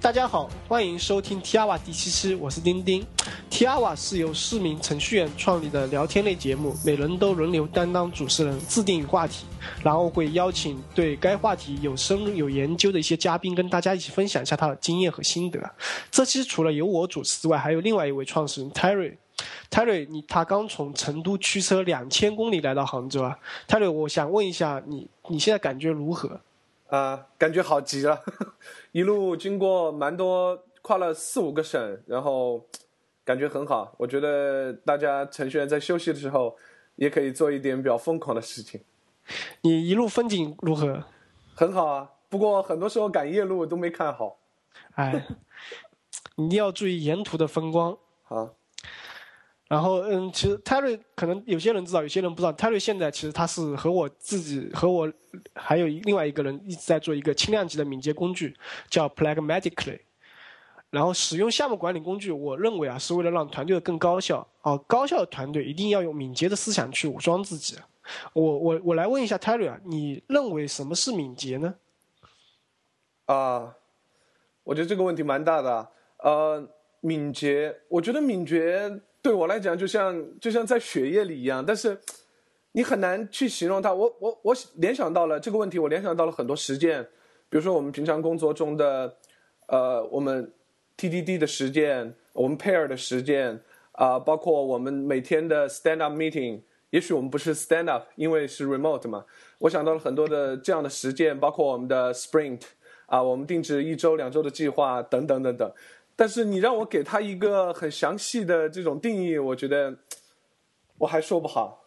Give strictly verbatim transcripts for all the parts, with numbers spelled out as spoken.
大家好，欢迎收听 T R W 第七期，我是丁丁。T R W 是由四名程序员创立的聊天类节目，每人都轮流担当主持人，自定义话题，然后会邀请对该话题有深入有研究的一些嘉宾，跟大家一起分享一下他的经验和心得。这期除了有我主持之外，还有另外一位创始人 Terry。Terry， 你他刚从成都驱车两千公里来到杭州啊。Terry， 我想问一下你，你现在感觉如何？ 啊、呃，感觉好极了，一路经过蛮多，跨了四五个省，然后感觉很好。我觉得大家程序员在休息的时候，也可以做一点比较疯狂的事情。 你一路风景如何？ 很好啊，不过很多时候赶夜路都没看好。 哎，你一定要注意沿途的风光。 好。 然后，嗯，其实 Terry 可能有些人知道，有些人不知道。Terry 现在其实他是和我自己、和我还有另外一个人一直在做一个轻量级的敏捷工具，叫 Pragmatically。然后使用项目管理工具，我认为啊，是为了让团队更高效。哦，高效的团队一定要用敏捷的思想去武装自己。我我我来问一下 Terry 啊，你认为什么是敏捷呢？ 啊，我觉得这个问题蛮大的。呃，敏捷，我觉得敏捷。对我来讲就像就像在血液里一样，但是你很难去形容它。我我我联想到了这个问题，我联想到了很多实践，比如说我们平常工作中的呃我们 T D D 的实践，我们 pair 的实践啊、呃，包括我们每天的 stand up meeting， 也许我们不是 stand up， 因为是 remote 嘛。我想到了很多的这样的实践，包括我们的 sprint 啊、呃，我们定制一周两周的计划等等等等。但是你让我给他一个很详细的这种定义，我觉得我还说不好。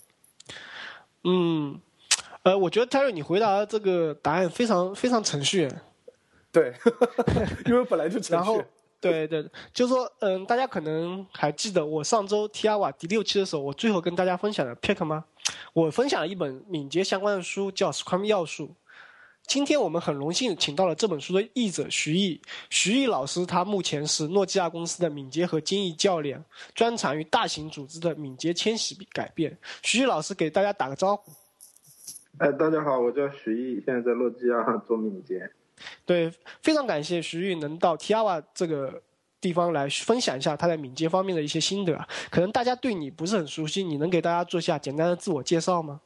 嗯，呃，我觉得 Terry 你回答这个答案非常非常程序员。 对，因为本来就程序。 然后，对对，就是说，嗯，大家可能还记得我上周 T R W 第六期的时候，我最后跟大家分享了 Pick 吗？我分享了一本敏捷相关的书，叫《Scrum 要素》。今天我们很荣幸请到了这本书的译者徐毅。徐毅老师他目前是诺基亚公司的敏捷和精益教练，专长于大型组织的敏捷迁徙改变。徐毅老师给大家打个招呼。 哎，大家好，我叫徐毅，现在在诺基亚做敏捷。 对，非常感谢徐毅能到 T R W 这个地方来分享一下他在敏捷方面的一些心得。可能大家对你不是很熟悉，你能给大家做一下简单的自我介绍吗？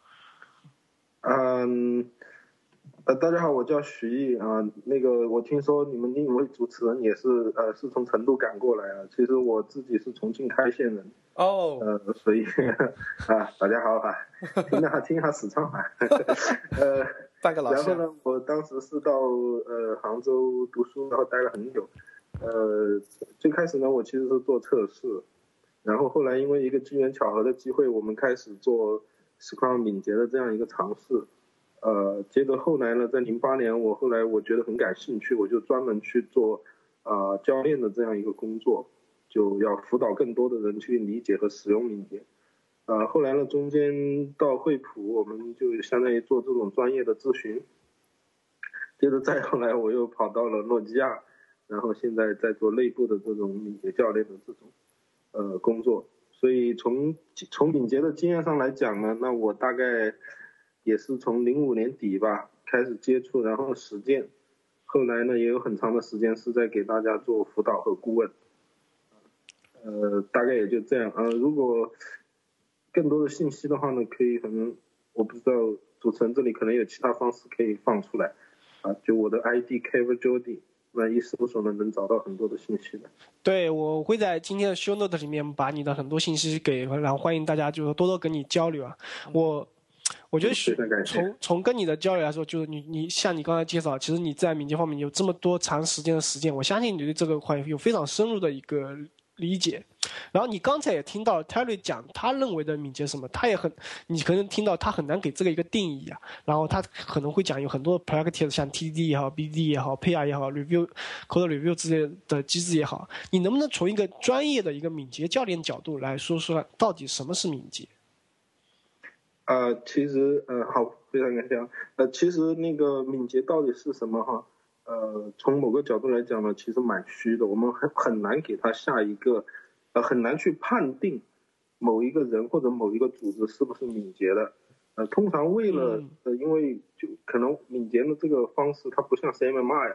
嗯。呃，大家好，我叫徐毅啊、呃。那个，我听说你们另一位主持人也是呃，是从成都赶过来啊。其实我自己是重庆开县人。 哦。 呃，所以啊，大家好啊，听下听下四川话。呃， 半个老师。然后呢，我当时是到呃杭州读书，然后待了很久。呃，最开始呢，我其实是做测试，然后后来因为一个机缘巧合的机会，我们开始做 Scrum 敏捷的这样一个尝试。呃，接着后来呢，在零八年，我后来我觉得很感兴趣，我就专门去做呃教练的这样一个工作，就要辅导更多的人去理解和使用敏捷。呃，后来呢，中间到惠普，我们就相当于做这种专业的咨询。接着再后来，我又跑到了诺基亚，然后现在在做内部的这种敏捷教练的这种呃工作。所以从从敏捷的经验上来讲呢，那我大概也是从零五年底吧开始接触，然后实践，后来呢也有很长的时间是在给大家做辅导和顾问，呃，大概也就这样。呃，如果更多的信息的话呢，可以可能我不知道主持人这里可能有其他方式可以放出来，啊，就我的 I D Kevin Jody， 那一搜索呢能找到很多的信息的。 对，我会在今天的 show note 里面把你的很多信息给，然后欢迎大家就是多多跟你交流啊。我。我觉得从从跟你的交流来说，就是你你像你刚才介绍，其实你在敏捷方面有这么多长时间的实践，我相信你对这个块有非常深入的一个理解。然后你刚才也听到 Terry 讲他认为的敏捷什么，他也很，你可能听到他很难给这个一个定义啊。然后他可能会讲有很多 practice， 像 T D D 也好 ，B D D 也好 ，P R 也好 ，review、code review 之类的机制也好，你能不能从一个专业的一个敏捷教练角度来说说到底什么是敏捷？ 呃，其实呃好，非常感谢。呃，其实那个敏捷到底是什么哈？呃，从某个角度来讲呢，其实蛮虚的，我们很很难给它下一个，呃，很难去判定某一个人或者某一个组织是不是敏捷的。呃，通常为了呃，因为就可能敏捷的这个方式，它不像 C M M I 哈，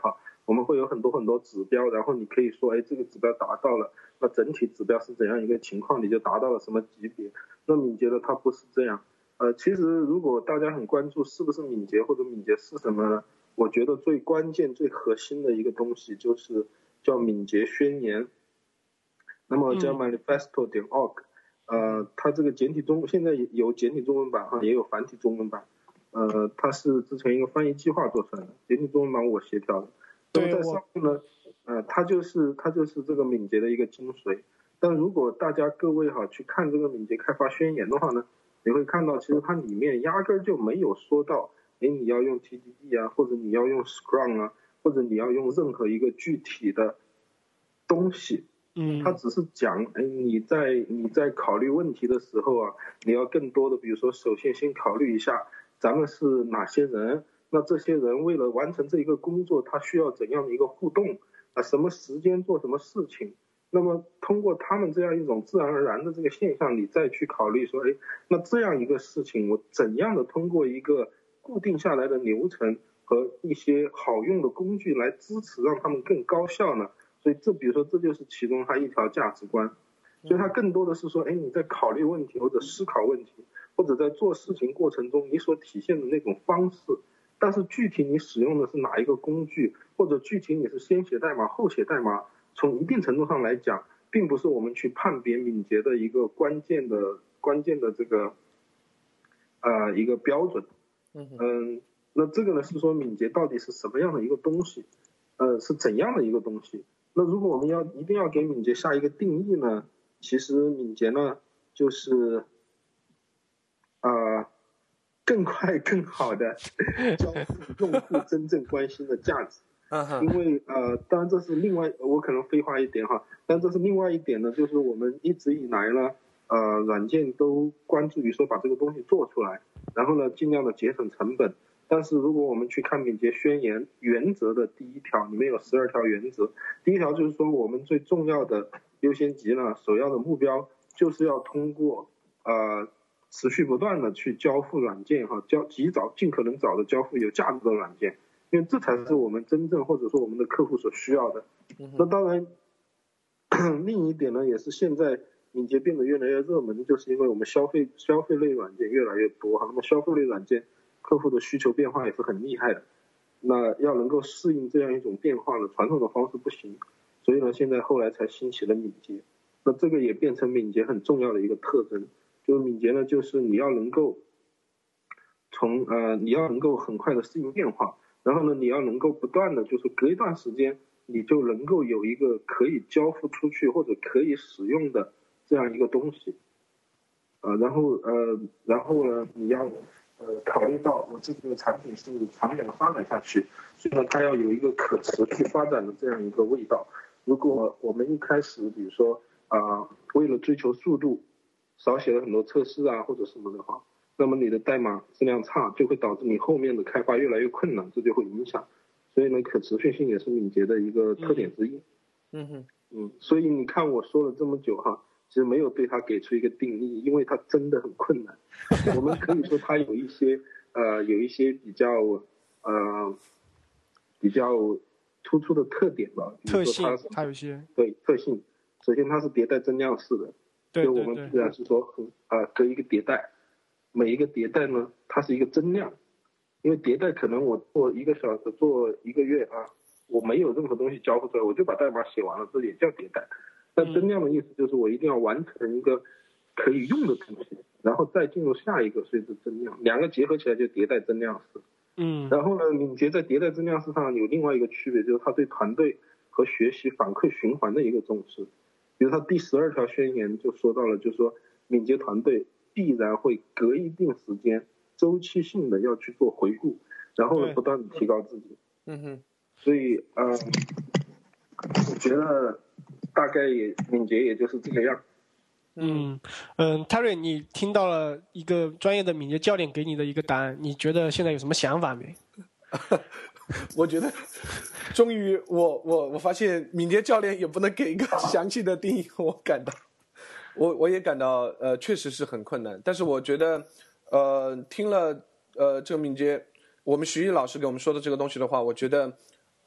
我们会有很多很多指标，然后你可以说，哎，这个指标达到了，那整体指标是怎样一个情况，你就达到了什么级别。那敏捷的它不是这样。呃，其实如果大家很关注是不是敏捷或者敏捷是什么呢？我觉得最关键、最核心的一个东西就是叫敏捷宣言。那么叫 manifesto 点 org，呃，它这个简体中现在有简体中文版哈，也有繁体中文版。呃，它是之前一个翻译计划做出来的，简体中文版我协调的。那么在上面呢，呃，它就是它就是这个敏捷的一个精髓。但如果大家各位哈去看这个敏捷开发宣言的话呢，你会看到其实它里面压根儿就没有说到，哎，你要用 T D D 啊，或者你要用 Scrum 啊，或者你要用任何一个具体的东西。 嗯， 他只是讲，哎，你在你在考虑问题的时候啊，你要更多的，比如说，首先先考虑一下，咱们是哪些人，那这些人为了完成这一个工作，他需要怎样的一个互动啊？什么时间做什么事情？那么通过他们这样一种自然而然的这个现象，你再去考虑说，哎，那这样一个事情，我怎样的通过一个固定下来的流程和一些好用的工具来支持，让他们更高效呢？所以这比如说这就是其中它一条价值观，所以它更多的是说，哎，你在考虑问题或者思考问题，或者在做事情过程中你所体现的那种方式，但是具体你使用的是哪一个工具，或者具体你是先写代码后写代码，从一定程度上来讲，并不是我们去判别敏捷的一个关键的关键的这个呃一个标准。嗯，那这个呢是说敏捷到底是什么样的一个东西，呃，是怎样的一个东西？那如果我们要一定要给敏捷下一个定义呢，其实敏捷呢就是呃更快更好的交付用户真正关心的价值。因为呃当然这是另外，我可能废话一点哈，但这是另外一点呢，就是我们一直以来呢呃软件都关注于说把这个东西做出来，然后呢尽量的节省成本。但是如果我们去看敏捷宣言原则的第一条，里面有十二条原则。第一条就是说，我们最重要的优先级呢，首要的目标就是要通过呃持续不断的去交付软件哈，交及早尽可能早的交付有价值的软件，因为这才是我们真正或者说我们的客户所需要的。那当然，另一点呢，也是现在敏捷变得越来越热门，就是因为我们消费消费类软件越来越多哈，那么消费类软件客户的需求变化也是很厉害的，那要能够适应这样一种变化的传统的方式不行，所以呢，现在后来才兴起了敏捷。那这个也变成敏捷很重要的一个特征，就是敏捷呢，就是你要能够从呃，你要能够很快的适应变化，然后呢，你要能够不断的就是隔一段时间，你就能够有一个可以交付出去或者可以使用的这样一个东西，呃，然后呃，然后呢，你要。呃，考虑到我这个产品是长远的发展下去，所以呢，它要有一个可持续发展的这样一个味道。如果我们一开始，比如说啊、呃，为了追求速度，少写了很多测试啊或者什么的话，那么你的代码质量差，就会导致你后面的开发越来越困难，这就会影响。所以呢，可持续性也是敏捷的一个特点之一。 嗯哼， 嗯，所以你看我说了这么久哈。其实没有对它给出一个定义，因为它真的很困难。我们可以说它有一些呃有一些比较呃比较突出的特点吧，比如说它是它有些对特性。首先它是迭代增量式的， 对对对， 就我们自然是说啊、呃、隔一个迭代，每一个迭代呢它是一个增量，因为迭代可能我做一个小时做一个月啊，我没有任何东西交付出来，我就把代码写完了，这也叫迭代。那增量的意思就是我一定要完成一个可以用的东西，然后再进入下一个，所以是增量，两个结合起来就迭代增量式。 嗯， 然后呢，敏捷在迭代增量式上有另外一个区别，就是它对团队和学习反馈循环的一个重视。比如它第十二条宣言就说到了，就是说敏捷团队必然会隔一定时间周期性的要去做回顾，然后呢不断的提高自己。 嗯哼， 所以呃，我觉得。大概也敏捷也就是这个样。 嗯嗯，泰瑞，你听到了一个专业的敏捷教练给你的一个答案，你觉得现在有什么想法没？ 我觉得，终于我我我发现敏捷教练也不能给一个详细的定义，我感到，我我也感到呃确实是很困难。但是我觉得，呃，听了呃这个敏捷，我们徐毅老师给我们说的这个东西的话，我觉得。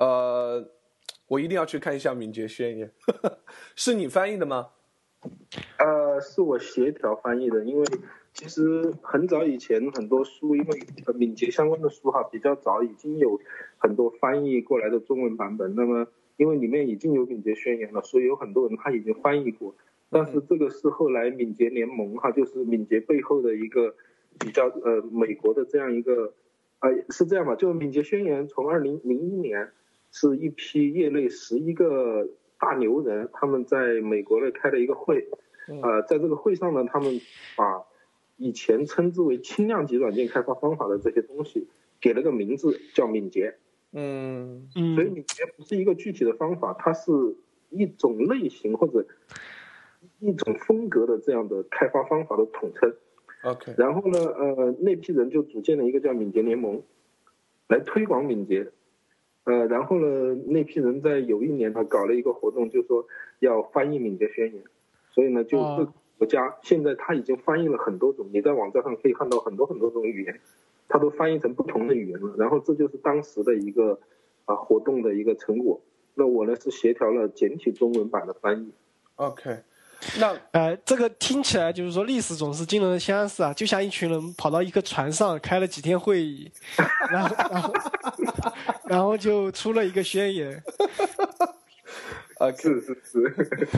呃，我一定要去看一下《敏捷宣言》是你翻译的吗？ 呃，是我协调翻译的，因为其实很早以前很多书，因为敏捷相关的书哈，比较早已经有很多翻译过来的中文版本。那么因为里面已经有敏捷宣言了，所以有很多人他已经翻译过。但是这个是后来敏捷联盟哈，就是敏捷背后的一个比较呃美国的这样一个呃是这样吧，就是敏捷宣言从二零零一年是一批业内十一个大牛人，他们在美国呢开了一个会，呃，在这个会上呢，他们把以前称之为轻量级软件开发方法的这些东西给了个名字叫敏捷。 嗯嗯，所以敏捷不是一个具体的方法，它是一种类型或者一种风格的这样的开发方法的统称。 OK， 然后呢，呃，那批人就组建了一个叫敏捷联盟，来推广敏捷。呃，然后呢，那批人在有一年呢搞了一个活动，就说要翻译敏捷宣言，所以呢，就各个国家现在他已经翻译了很多种，你在网站上可以看到很多很多种语言，他都翻译成不同的语言了。然后这就是当时的一个啊活动的一个成果。那我呢是协调了简体中文版的翻译。 OK， 那呃，这个听起来就是说历史总是惊人的相似啊，就像一群人跑到一个船上开了几天会议，然后然后然后就出了一个宣言。 啊， 是是是。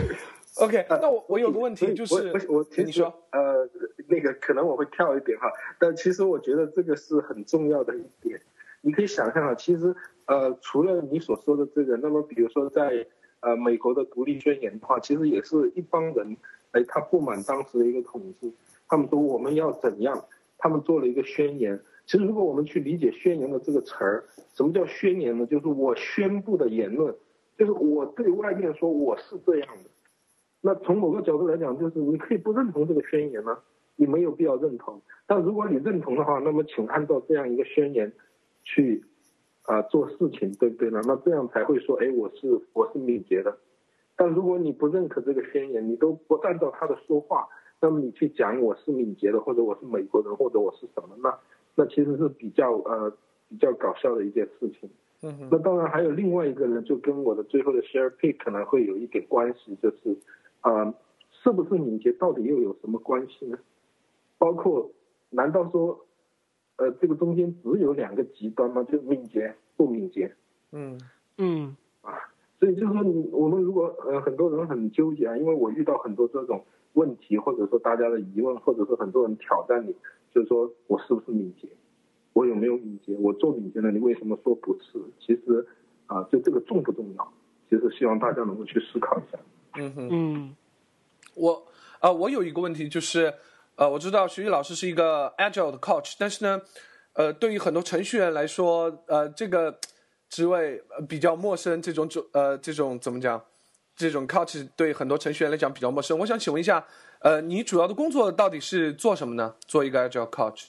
OK， 那我我有个问题就是， 我我其实你说呃那个可能我会跳一点哈，但其实我觉得这个是很重要的一点。你可以想象啊，其实呃除了你所说的这个，那么比如说在呃美国的独立宣言的话，其实也是一帮人，哎，他不满当时的一个统治，他们说我们要怎样，他们做了一个宣言。其实如果我们去理解宣言的这个词儿，什么叫宣言呢？就是我宣布的言论，就是我对外面说我是这样的。那从某个角度来讲，就是你可以不认同这个宣言呢，你没有必要认同。但如果你认同的话，那么请按照这样一个宣言去啊、呃、做事情，对不对呢？那这样才会说，哎，我是我是敏捷的。但如果你不认可这个宣言，你都不按照他的说话，那么你去讲我是敏捷的，或者我是美国人，或者我是什么，那那其实是比较呃比较搞笑的一件事情。 嗯， 那当然还有另外一个呢，就跟我的最后的 share pick 可能会有一点关系，就是啊、呃，是不是敏捷到底又有什么关系呢？包括难道说呃这个中间只有两个极端吗？就是敏捷不敏捷？ 嗯嗯啊，所以就是说你我们如果呃很多人很纠结啊，因为我遇到很多这种问题，或者说大家的疑问，或者说很多人挑战你，就是说我是不是敏捷？我有没有敏捷？我做敏捷了，你为什么说不是？其实啊，就这个重不重要？其实希望大家能够去思考一下。 嗯哼， 嗯， 我啊、呃，我有一个问题就是，呃，我知道徐毅老师是一个 Agile 的 coach， 但是呢，呃，对于很多程序员来说，呃，这个职位比较陌生，这种呃这种怎么讲？这种 coach 对很多程序员来讲比较陌生。我想请问一下，呃，你主要的工作到底是做什么呢？做一个 Agile coach？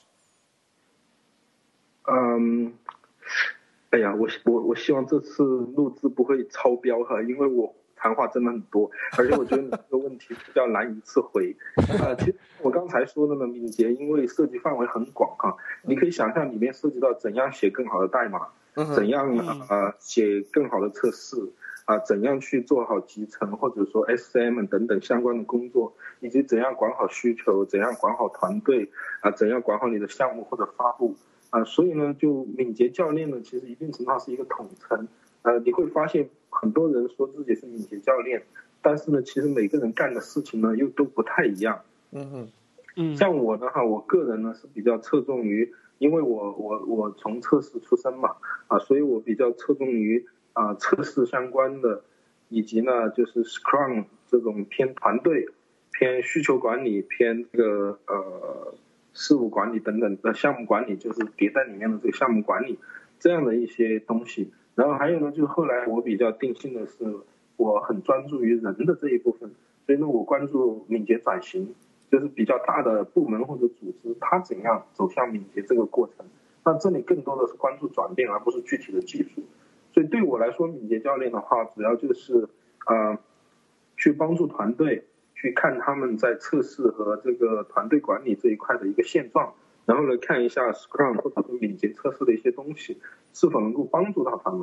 嗯，哎呀，我我我希望这次录制不会超标哈，因为我谈话真的很多，而且我觉得你这个问题比较难一次回。呃，其实我刚才说的呢，敏捷因为涉及范围很广哈，你可以想象里面涉及到怎样写更好的代码，怎样呃写更好的测试啊、呃，怎样去做好集成或者说 S M 等等相关的工作，以及怎样管好需求，怎样管好团队啊、呃，怎样管好你的项目或者发布。啊、呃，所以呢，就敏捷教练呢，其实一定程度上是一个统称。呃，你会发现很多人说自己是敏捷教练，但是呢，其实每个人干的事情呢又都不太一样。 嗯哼， 嗯， 像我呢哈，我个人呢是比较侧重于，因为我我我从测试出身嘛，啊，所以我比较侧重于啊测试相关的，以及呢就是 Scrum 这种偏团队、偏需求管理、偏这个呃。事务管理等等的项目管理，就是迭代里面的这个项目管理这样的一些东西。然后还有呢，就是后来我比较定性的是，我很专注于人的这一部分，所以呢，我关注敏捷转型，就是比较大的部门或者组织，它怎样走向敏捷这个过程。那这里更多的是关注转变，而不是具体的技术。所以对我来说，敏捷教练的话，主要就是呃，去帮助团队。去看他们在测试和这个团队管理这一块的一个现状，然后呢看一下 Scrum 或者说敏捷测试的一些东西是否能够帮助到他们，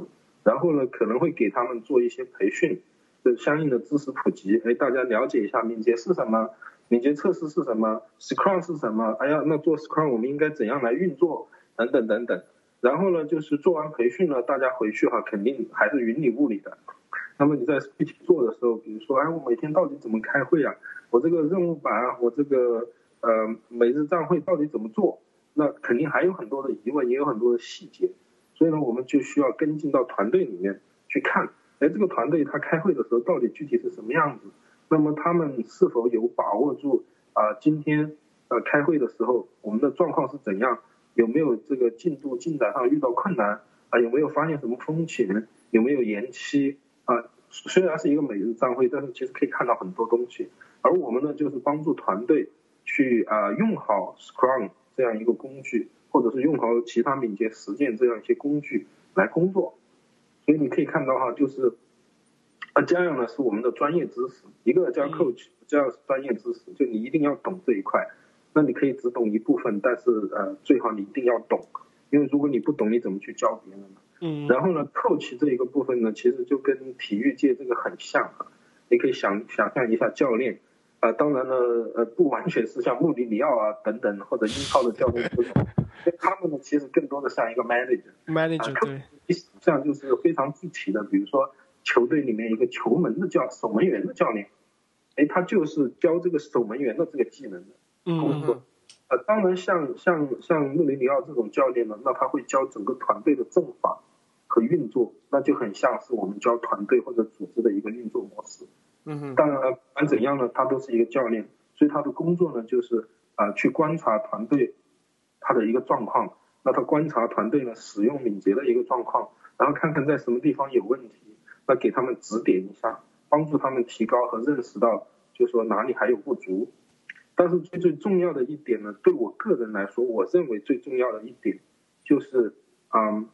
然后呢可能会给他们做一些培训，就相应的知识普及，哎，大家了解一下敏捷是什么，敏捷测试是什么 ，Scrum 是什么，哎呀，那做 Scrum 我们应该怎样来运作，等等等等。然后呢，就是做完培训了，大家回去哈，肯定还是云里雾里的。那么你在具体做的时候，比如说，哎，我每天到底怎么开会啊？我这个任务板啊，我这个呃每日站会到底怎么做？那肯定还有很多的疑问，也有很多的细节。所以呢，我们就需要跟进到团队里面去看，哎，这个团队他开会的时候到底具体是什么样子？那么他们是否有把握住啊、呃？今天呃开会的时候我们的状况是怎样？有没有这个进度进展上遇到困难啊？有没有发现什么风险？有没有延期啊？虽然是一个每日站会，但是其实可以看到很多东西。而我们呢，就是帮助团队去啊、呃、用好 Scrum 这样一个工具，或者是用好其他敏捷实践这样一些工具来工作。所以你可以看到哈，就是啊这样呢是我们的专业知识，一个叫 coach， 叫专业知识，就你一定要懂这一块。那你可以只懂一部分，但是呃最好你一定要懂，因为如果你不懂，你怎么去教别人呢？嗯。然后呢 ，coach 这一个部分呢，其实就跟体育界这个很像啊。你可以想想象一下教练，啊、呃，当然呢，呃，不完全是像穆里尼奥啊等等或者英超的教练这种，因为他们呢其实更多的像一个 manager。manager、呃、对。你想象就是非常具体的，比如说球队里面一个球门的教守门员的教练，哎，他就是教这个守门员的这个技能的。工作，呃，当然像像像穆里尼奥这种教练呢，那他会教整个团队的阵法和运作，那就很像是我们教团队或者组织的一个运作模式。嗯哼。当然，不管怎样呢，他都是一个教练，所以他的工作呢就是啊、呃、去观察团队他的一个状况，那他观察团队呢使用敏捷的一个状况，然后看看在什么地方有问题，那给他们指点一下，帮助他们提高和认识到，就是说哪里还有不足。但是最最重要的一点呢，对我个人来说，我认为最重要的一点就是，嗯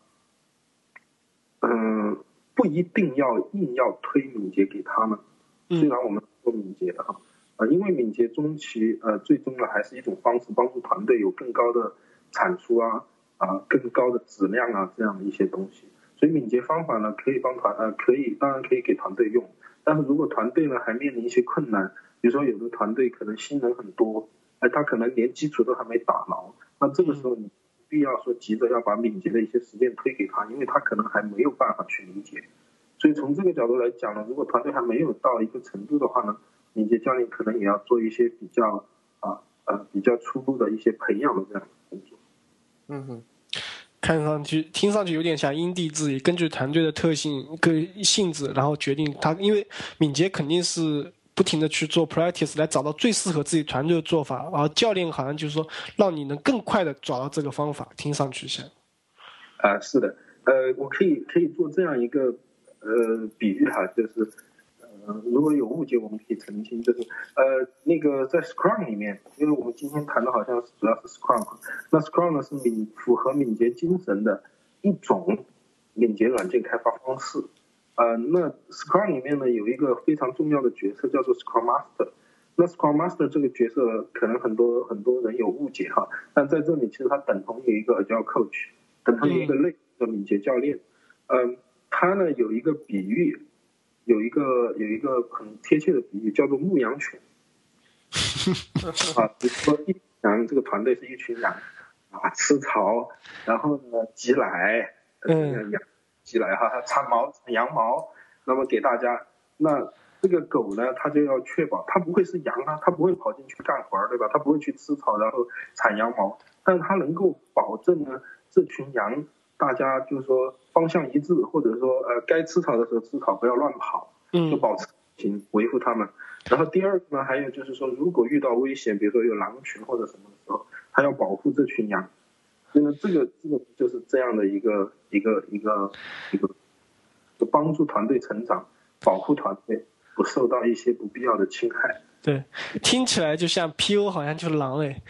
嗯，不一定要硬要推敏捷给他们。虽然我们做敏捷的哈，啊，因为敏捷中期呃最终呢还是一种方式，帮助团队有更高的产出啊啊更高的质量啊这样的一些东西。所以敏捷方法呢可以帮团呃可以当然可以给团队用，但是如果团队呢还面临一些困难。比如说有的团队可能新人很多，哎，他可能连基础都还没打牢，那这个时候你必要说急着要把敏捷的一些实践推给他，因为他可能还没有办法去理解。所以从这个角度来讲呢，如果团队还没有到一个程度的话呢，敏捷教练可能也要做一些比较啊呃比较初步的一些培养的这样的工作。 嗯哼。看上去、听上去有点像因地制宜，根据团队的特性、个性质，然后决定他，因为敏捷肯定是不停的去做 practice 来找到最适合自己团队的做法，而教练好像就是说让你能更快的找到这个方法，听上去像。 啊、呃，是的，呃，我可以可以做这样一个呃比喻哈，就是呃如果有误解我们可以澄清，就是呃那个在 Scrum 里面，因为我们今天谈的好像主要是 Scrum， 那 Scrum 呢是敏符合敏捷精神的一种敏捷软件开发方式。呃，那 Scrum 里面呢有一个非常重要的角色叫做 Scrum Master。那 Scrum Master 这个角色可能很多很多人有误解哈，但在这里其实它等同于一个叫 Coach， 等同于一个类的敏捷教练。嗯，它呢有一个比喻，有一个有一个很贴切的比喻，叫做牧羊犬。啊，比如说一群羊，这个团队是一群羊啊，吃草，然后呢挤奶，嗯，羊。起来哈，它铲毛、铲羊毛，那么给大家，那这个狗呢，它就要确保它不会是羊啊，它不会跑进去干活对吧？它不会去吃草然后铲羊毛，但它能够保证呢，这群羊大家就是说方向一致，或者说呃该吃草的时候吃草，不要乱跑，就保持平，维护它们。然后第二个呢，还有就是说，如果遇到危险，比如说有狼群或者什么的时候，它要保护这群羊。所以呢，这个这个就是这样的一个一个一个一个，就帮助团队成长，保护团队不受到一些不必要的侵害。 对，听起来就像 P O 好像就是狼哎。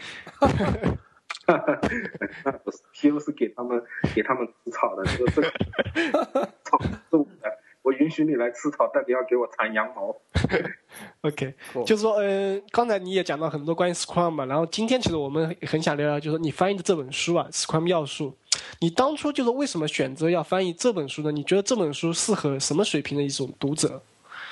那不是 P O 是给他们给他们吃草的，这个这个草是我的。我我允许你来吃草，但你要给我缠羊毛。 OK， 就是说，嗯、呃，刚才你也讲到很多关于 Scrum 嘛，然后今天其实我们很想聊聊，就是你翻译的这本书啊 ，Scrum 要素。你当初就是为什么选择要翻译这本书呢？你觉得这本书适合什么水平的一种读者？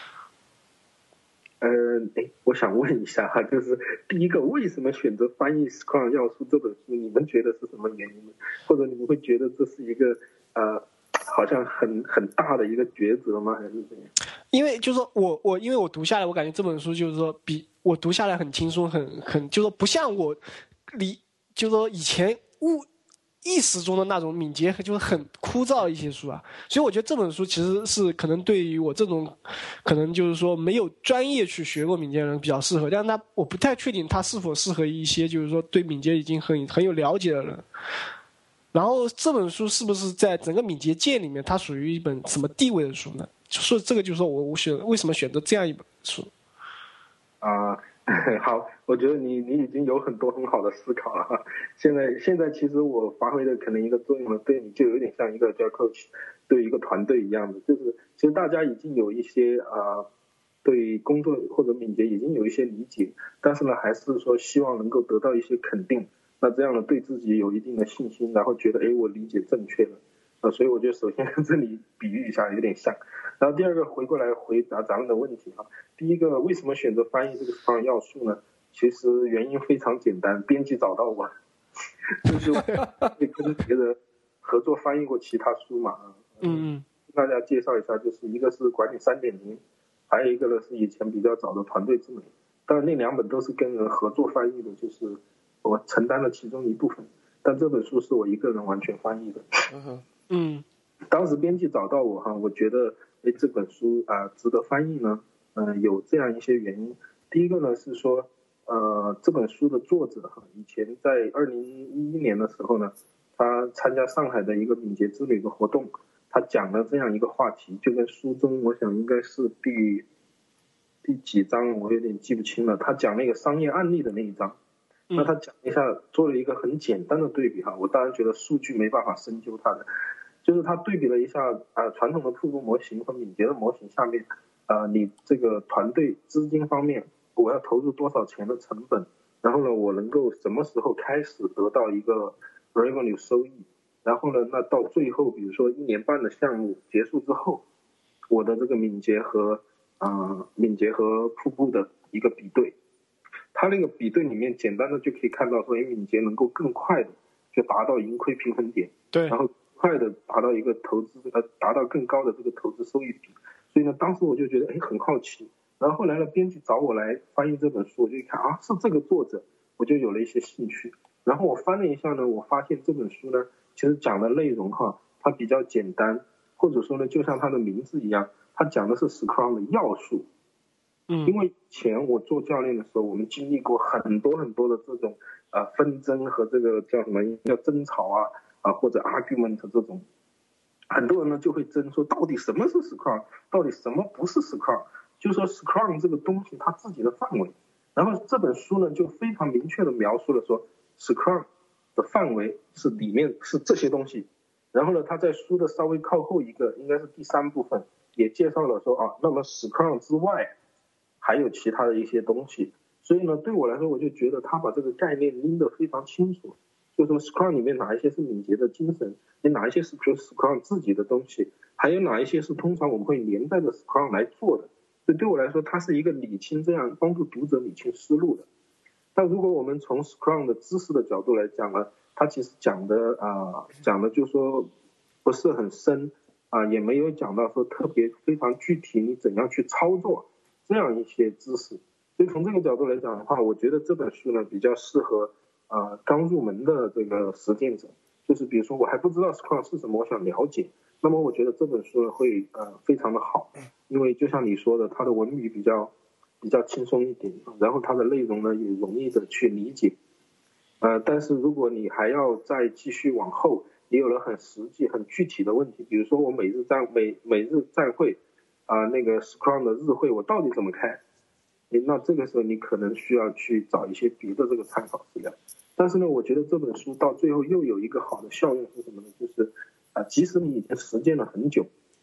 呃，哎，我想问一下哈，就是第一个，为什么选择翻译《Scrum 要素》这本书？你们觉得是什么原因呢？或者你们会觉得这是一个呃，好像很很大的一个抉择吗？还是怎样？ 因为就是说我我因为我读下来，我感觉这本书就是说比我读下来很轻松，很很就是说不像我理就是说以前误意识中的那种敏捷，就是很枯燥的一些书啊。所以我觉得这本书其实是可能对于我这种可能就是说没有专业去学过敏捷的人比较适合，但是他我不太确定他是否适合一些就是说对敏捷已经很很有了解的人。然后这本书是不是在整个敏捷界里面，它属于一本什么地位的书呢？所以这个就是说我我选为什么选择这样一本书啊、呃，好，我觉得你你已经有很多很好的思考了哈。现在现在其实我发挥的可能一个作用呢，对你就有点像一个叫 coach 对一个团队一样的，就是其实大家已经有一些啊、呃、对工作或者敏捷已经有一些理解，但是呢还是说希望能够得到一些肯定。那这样呢，对自己有一定的信心，然后觉得哎，我理解正确了，呃，所以我觉得首先跟这里比喻一下有点像，然后第二个回过来回答咱们的问题啊，第一个为什么选择翻译这个 Scrum 要素呢？其实原因非常简单，编辑找到我，就是我跟别人合作翻译过其他书嘛， 嗯嗯， 跟大家介绍一下，就是一个是管理 三点零， 还有一个呢是以前比较早的团队之美，当然那两本都是跟人合作翻译的，就是我承担了其中一部分，但这本书是我一个人完全翻译的。 嗯嗯， 当时编辑找到我哈，我觉得哎这本书啊、呃、值得翻译呢，嗯、呃、有这样一些原因。第一个呢是说，呃这本书的作者哈，以前在二零一一年的时候呢，他参加上海的一个敏捷之旅的活动，他讲了这样一个话题，就跟书中我想应该是第第几章我有点记不清了，他讲那个商业案例的那一章。那他讲一下，做了一个很简单的对比哈，我当然觉得数据没办法深究它的，就是他对比了一下啊、呃、传统的瀑布模型和敏捷的模型下面，啊、呃、你这个团队资金方面我要投入多少钱的成本，然后呢我能够什么时候开始得到一个 revenue 收益，然后呢那到最后比如说一年半的项目结束之后，我的这个敏捷和啊、呃、敏捷和瀑布的一个比对。它那个比对里面简单的就可以看到说，敏捷能够更快的就达到盈亏平衡点， 对， 然后快的达到一个投资呃达到更高的这个投资收益比，所以呢，当时我就觉得哎很好奇，然后后来呢，编辑找我来翻译这本书，我就一看啊是这个作者，我就有了一些兴趣，然后我翻了一下呢，我发现这本书呢其实讲的内容哈，它比较简单，或者说呢就像它的名字一样，它讲的是 Scrum 的要素。 嗯， 因为以前我做教练的时候，我们经历过很多很多的这种呃纷争和这个叫什么叫争吵啊啊或者 argument 这种，很多人呢就会争说到底什么是 Scrum， 到底什么不是 Scrum， 就说 Scrum 这个东西它自己的范围，然后这本书呢就非常明确的描述了说 Scrum 的范围是里面是这些东西，然后呢他在书的稍微靠后一个应该是第三部分也介绍了说啊，那么 Scrum 之外还有其他的一些东西，所以呢，对我来说，我就觉得他把这个概念拎得非常清楚，就说 Scrum 里面哪一些是敏捷的精神，你哪一些是 Scrum 自己的东西，还有哪一些是通常我们会连带着 Scrum 来做的，所以对我来说，它是一个理清这样帮助读者理清思路的。但如果我们从 Scrum 的知识的角度来讲呢，它其实讲的啊、呃，讲的就说不是很深啊、呃，也没有讲到说特别非常具体你怎样去操作。这样一些知识，所以从这个角度来讲的话，我觉得这本书呢比较适合啊、呃、刚入门的这个实践者，就是比如说我还不知道 Scrum 是什么，我想了解，那么我觉得这本书呢会呃非常的好，因为就像你说的，它的文笔比较比较轻松一点，然后它的内容呢也容易的去理解，呃，但是如果你还要再继续往后，也有了很实际、很具体的问题，比如说我每日站每每日站会。啊、呃，那个 Scrum 的日会我到底怎么开？那这个时候你可能需要去找一些别的这个参考资料。但是呢，我觉得这本书到最后又有一个好的效用是什么呢？就是啊、呃，即使你已经实践了很久，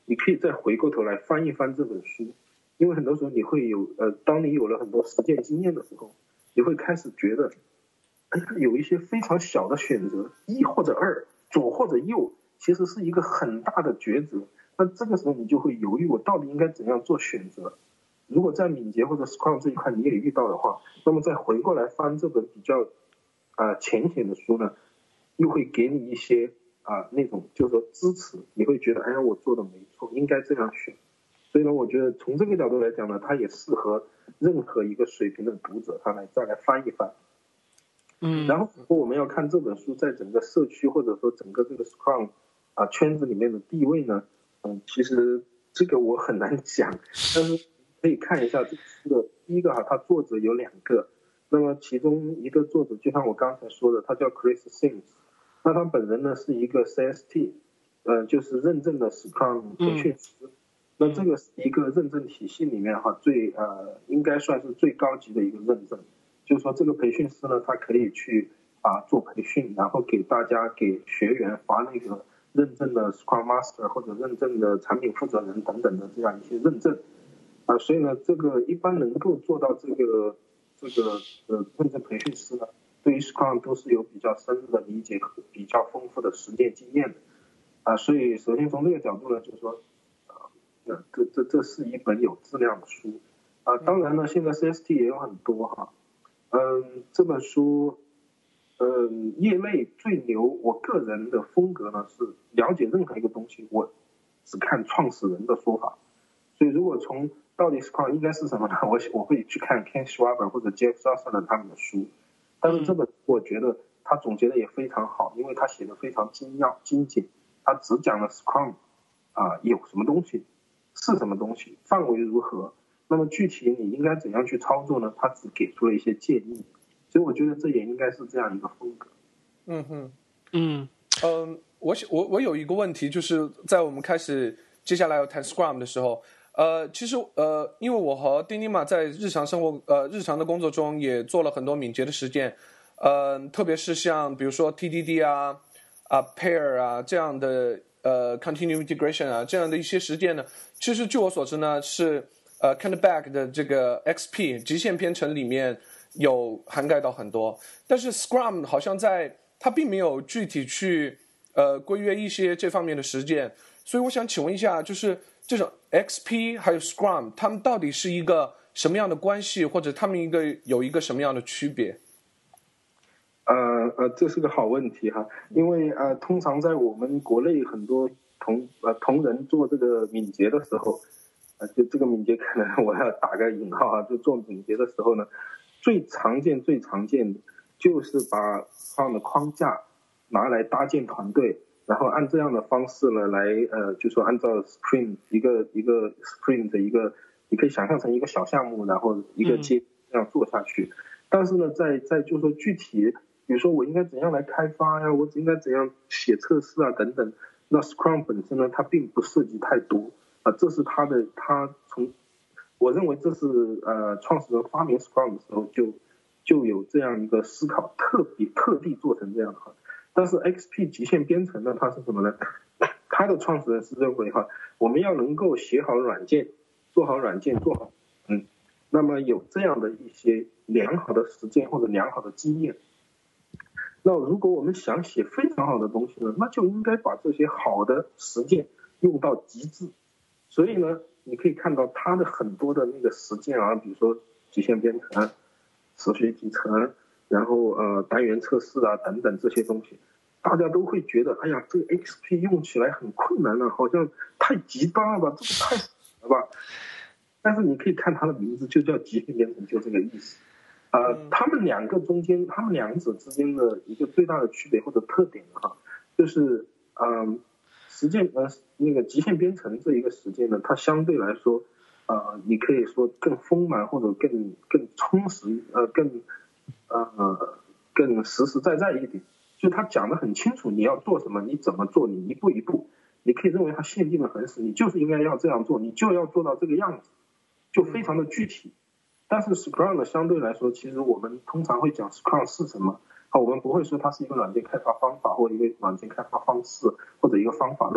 你可以再回过头来翻一翻这本书，因为很多时候你会有呃，当你有了很多实践经验的时候，你会开始觉得，哎，有一些非常小的选择，一或者二，左或者右，其实是一个很大的抉择。那这个时候你就会犹豫，我到底应该怎样做选择？如果在敏捷或者 Scrum 这一块你也遇到的话，那么再回过来翻这本比较啊、呃、浅显的书呢，又会给你一些啊、呃、那种就是说支持，你会觉得哎呀我做的没错，应该这样选。所以呢，我觉得从这个角度来讲呢，它也适合任何一个水平的读者，他来再来翻一翻。 嗯， 然后如果我们要看这本书在整个社区或者说整个这个 Scrum 啊、呃、圈子里面的地位呢，嗯，其实这个我很难讲，但是可以看一下这书的第一个哈，它作者有两个，那么其中一个作者就像我刚才说的，他叫 Chris Sims， 那他本人呢是一个 C S T， 呃，就是认证的 Scrum 培训师。嗯，那这个是一个认证体系里面哈最呃应该算是最高级的一个认证，就是说这个培训师呢，他可以去啊做培训，然后给大家给学员发那个认证的 Scrum Master 或者认证的产品负责人等等的这样一些认证啊，所以呢，这个一般能够做到这个这个呃认证培训师呢，对于 Scrum 都是有比较深的理解和比较丰富的实践经验的啊，所以首先从这个角度呢，就是说。那这这这是一本有质量的书啊，当然呢，现在 C S T 也有很多哈，嗯，这本书，嗯，业内最牛，我个人的风格呢是了解任何一个东西，我只看创始人的说法，所以如果从到底 Scrum 应该是什么呢？我我会去看 Ken Schwaber 或者 Jeff Sutherland 他们的书，但是这本我觉得他总结的也非常好，因为他写的非常精要精简，他只讲了 Scrum 啊有什么东西。是什么东西，范围如何，那么具体你应该怎样去操作呢？他只给出了一些建议，所以我觉得这也应该是这样一个风格。 嗯哼， 嗯嗯，我我我有一个问题，就是在我们开始接下来要谈 Scrum 的时候，呃，其实呃，因为我和丁丁嘛在日常生活呃日常的工作中也做了很多敏捷的实践，呃，特别是像比如说 T D D 啊啊 Pair 啊这样的。呃 ，continuous integration 啊，这样的一些实践呢，其实据我所知呢，是呃 Canterback 的这个 X P 极限编程里面有涵盖到很多，但是 Scrum 好像在它并没有具体去呃规约一些这方面的实践，所以我想请问一下，就是这种 X P 还有 Scrum， 它们到底是一个什么样的关系，或者它们一个有一个什么样的区别？ 呃呃，这是个好问题哈，因为呃，通常在我们国内很多同呃同仁做这个敏捷的时候，呃，就这个敏捷可能我要打个引号啊，就做敏捷的时候呢，最常见最常见的就是把这样的框架拿来搭建团队，然后按这样的方式呢来呃，就说按照 sprint 一个一个 sprint 的一个，你可以想象成一个小项目，然后一个阶这样做下去。嗯，但是呢，在在就说具体。比如说我应该怎样来开发呀？我应该怎样写测试啊？等等。那 Scrum 本身呢，它并不涉及太多啊，这是它的，它从我认为这是呃创始人发明 Scrum 的时候就就有这样一个思考，特别特地做成这样哈。但是 X P 极限编程呢，它是什么呢？它的创始人是认为哈，我们要能够写好软件，做好软件，做好嗯，那么有这样的一些良好的实践或者良好的经验。那如果我们想写非常好的东西呢，那就应该把这些好的实践用到极致。所以呢，你可以看到它的很多的那个实践啊，比如说极限编程、持续集成，然后呃单元测试啊等等这些东西，大家都会觉得，哎呀，这个 X P 用起来很困难了，好像太极端了吧，这个太死了吧。但是你可以看它的名字就叫极限编程，就这个意思。呃，他们两个中间，他们两者之间的一个最大的区别或者特点哈，就是嗯，实践呃那个极限编程这一个实践呢，它相对来说，呃，你可以说更丰满或者更更充实，呃，更呃更实实在在一点，就他讲得很清楚，你要做什么，你怎么做，你一步一步，你可以认为它限定的很死，你就是应该要这样做，你就要做到这个样子，就非常的具体。但是 Scrum 呢，相对来说，其实我们通常会讲 Scrum 是什么，我们不会说它是一个软件开发方法或一个软件开发方式或者一个方法论，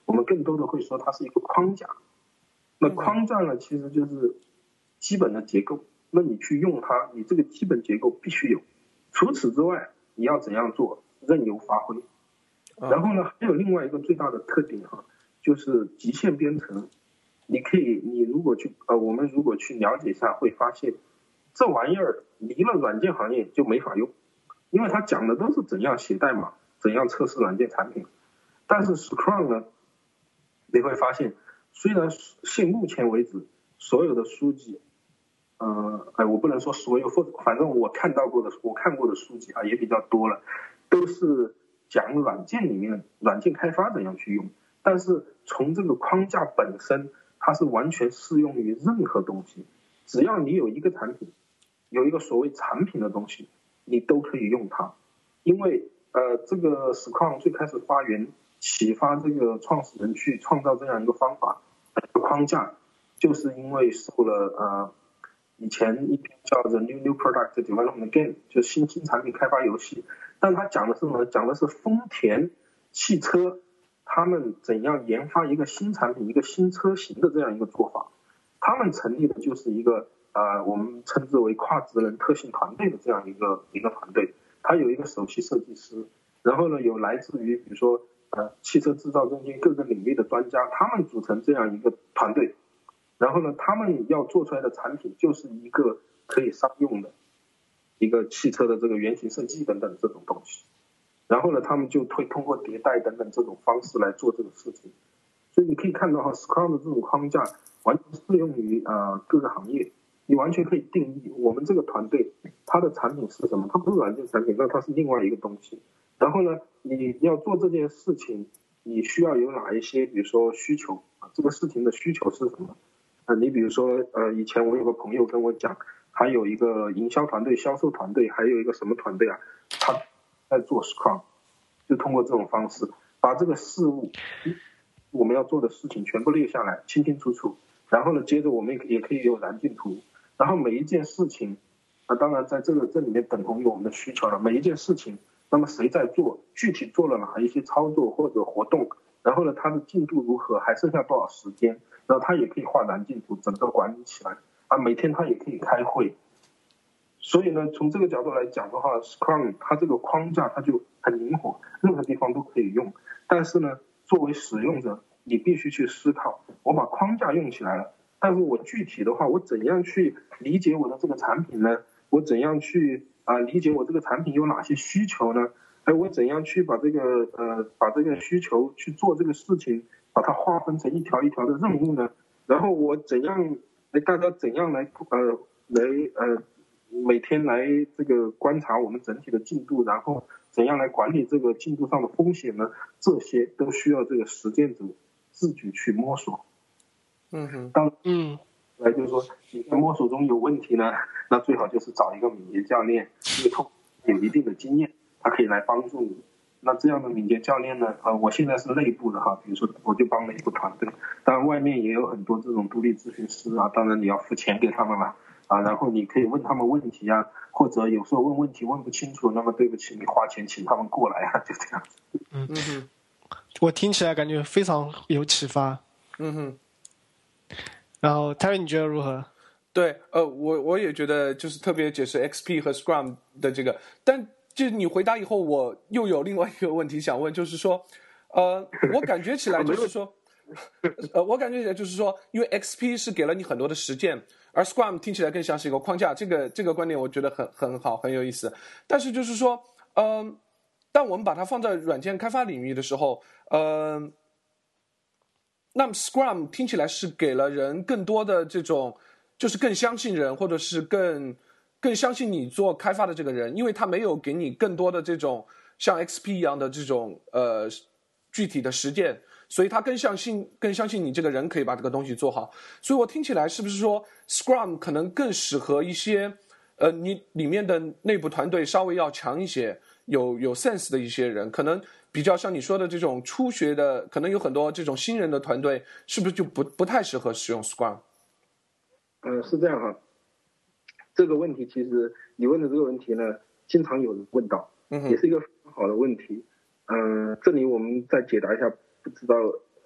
我们更多的会说它是一个框架。那框架呢，其实就是基本的结构。那你去用它，你这个基本结构必须有。除此之外，你要怎样做，任由发挥。然后呢，还有另外一个最大的特点哈，就是极限编程。你可以，你如果去呃，我们如果去了解一下，会发现这玩意儿离了软件行业就没法用，因为它讲的都是怎样写代码，怎样测试软件产品。但是 Scrum 呢，你会发现，虽然现目前为止所有的书籍，呃，哎，我不能说所有，反正我看到过的，我看过的书籍啊也比较多了，都是讲软件里面软件开发怎样去用。但是从这个框架本身，它是完全适用于任何东西，只要你有一个产品，有一个所谓产品的东西，你都可以用它。因为呃，这个 Scrum 最开始发源，启发这个创始人去创造这样一个方法框架，就是因为受了呃以前一篇叫 The New New Product Development Game， 就新新产品开发游戏，但它讲的是什么？讲的是丰田汽车他们怎样研发一个新产品、一个新车型的这样一个做法。他们成立的就是一个呃我们称之为跨职能特性团队的这样一个一个团队。他有一个首席设计师，然后呢有来自于比如说呃汽车制造中间各个领域的专家，他们组成这样一个团队。然后呢，他们要做出来的产品就是一个可以商用的一个汽车的这个原型设计等等这种东西。然后呢，他们就会通过迭代等等这种方式来做这个事情。所以你可以看到哈 ，Scrum 的这种框架完全适用于呃各个行业。你完全可以定义我们这个团队它的产品是什么，它不是软件产品，那它是另外一个东西。然后呢，你要做这件事情，你需要有哪一些，比如说需求啊，这个事情的需求是什么？呃，你比如说呃，以前我有个朋友跟我讲，还有一个营销团队、销售团队，还有一个什么团队啊，他在做 Scrum， 就通过这种方式把这个事物我们要做的事情全部列下来，清清楚楚。然后呢，接着我们也可以有燃尽图，然后每一件事情啊，当然在这个这里面等同于我们的需求了。每一件事情，那么谁在做，具体做了哪一些操作或者活动，然后呢，它的进度如何，还剩下多少时间，然后它也可以画燃尽图，整个管理起来啊。每天它也可以开会。所以呢，从这个角度来讲的话 ，Scrum 它这个框架它就很灵活，任何地方都可以用。但是呢，作为使用者，你必须去思考，我把框架用起来了，但是我具体的话，我怎样去理解我的这个产品呢？我怎样去啊、呃、理解我这个产品有哪些需求呢？哎，我怎样去把这个呃把这个需求去做这个事情，把它划分成一条一条的任务呢？然后我怎样来大家怎样来呃来呃每天来这个观察我们整体的进度，然后怎样来管理这个进度上的风险呢？这些都需要这个实践者自己去摸索。 嗯哼， 当嗯，来就是说你在摸索中有问题呢，那最好就是找一个敏捷教练，因为他有一定的经验，他可以来帮助你。那这样的敏捷教练呢，呃，我现在是内部的哈，比如说我就帮了一个团队，当然外面也有很多这种独立咨询师啊，当然你要付钱给他们了啊，然后你可以问他们问题啊，或者有时候问问题问不清楚，那么对不起，你花钱请他们过来啊，就这样子。 嗯哼，我听起来感觉非常有启发。 嗯哼。 然后 Terry 你觉得如何？ 对，呃，我我也觉得就是特别解释 X P 和 Scrum 的这个，但就你回答以后，我又有另外一个问题想问，就是说，呃，我感觉起来就是说，呃，我感觉起来就是说，因为 X P 是给了你很多的实践，而 Scrum 听起来更像是一个框架，这个这个观点我觉得很很好，很有意思。但是就是说，嗯、呃，当我们把它放在软件开发领域的时候，呃。那么 Scrum 听起来是给了人更多的这种，就是更相信人，或者是更更相信你做开发的这个人，因为他没有给你更多的这种像 X P 一样的这种呃具体的实践，所以他更相信更相信你这个人可以把这个东西做好。所以我听起来是不是说 Scrum 可能更适合一些呃你里面的内部团队稍微要强一些，有有 sense 的一些人，可能比较像你说的这种初学的，可能有很多这种新人的团队，是不是就不不太适合使用 Scrum？ 嗯，是这样哈。这个问题其实你问的这个问题呢，经常有人问到，也是一个非常好的问题。嗯、呃，这里我们再解答一下，不知道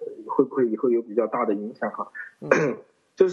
会不会以后有比较大的影响哈？嗯、就是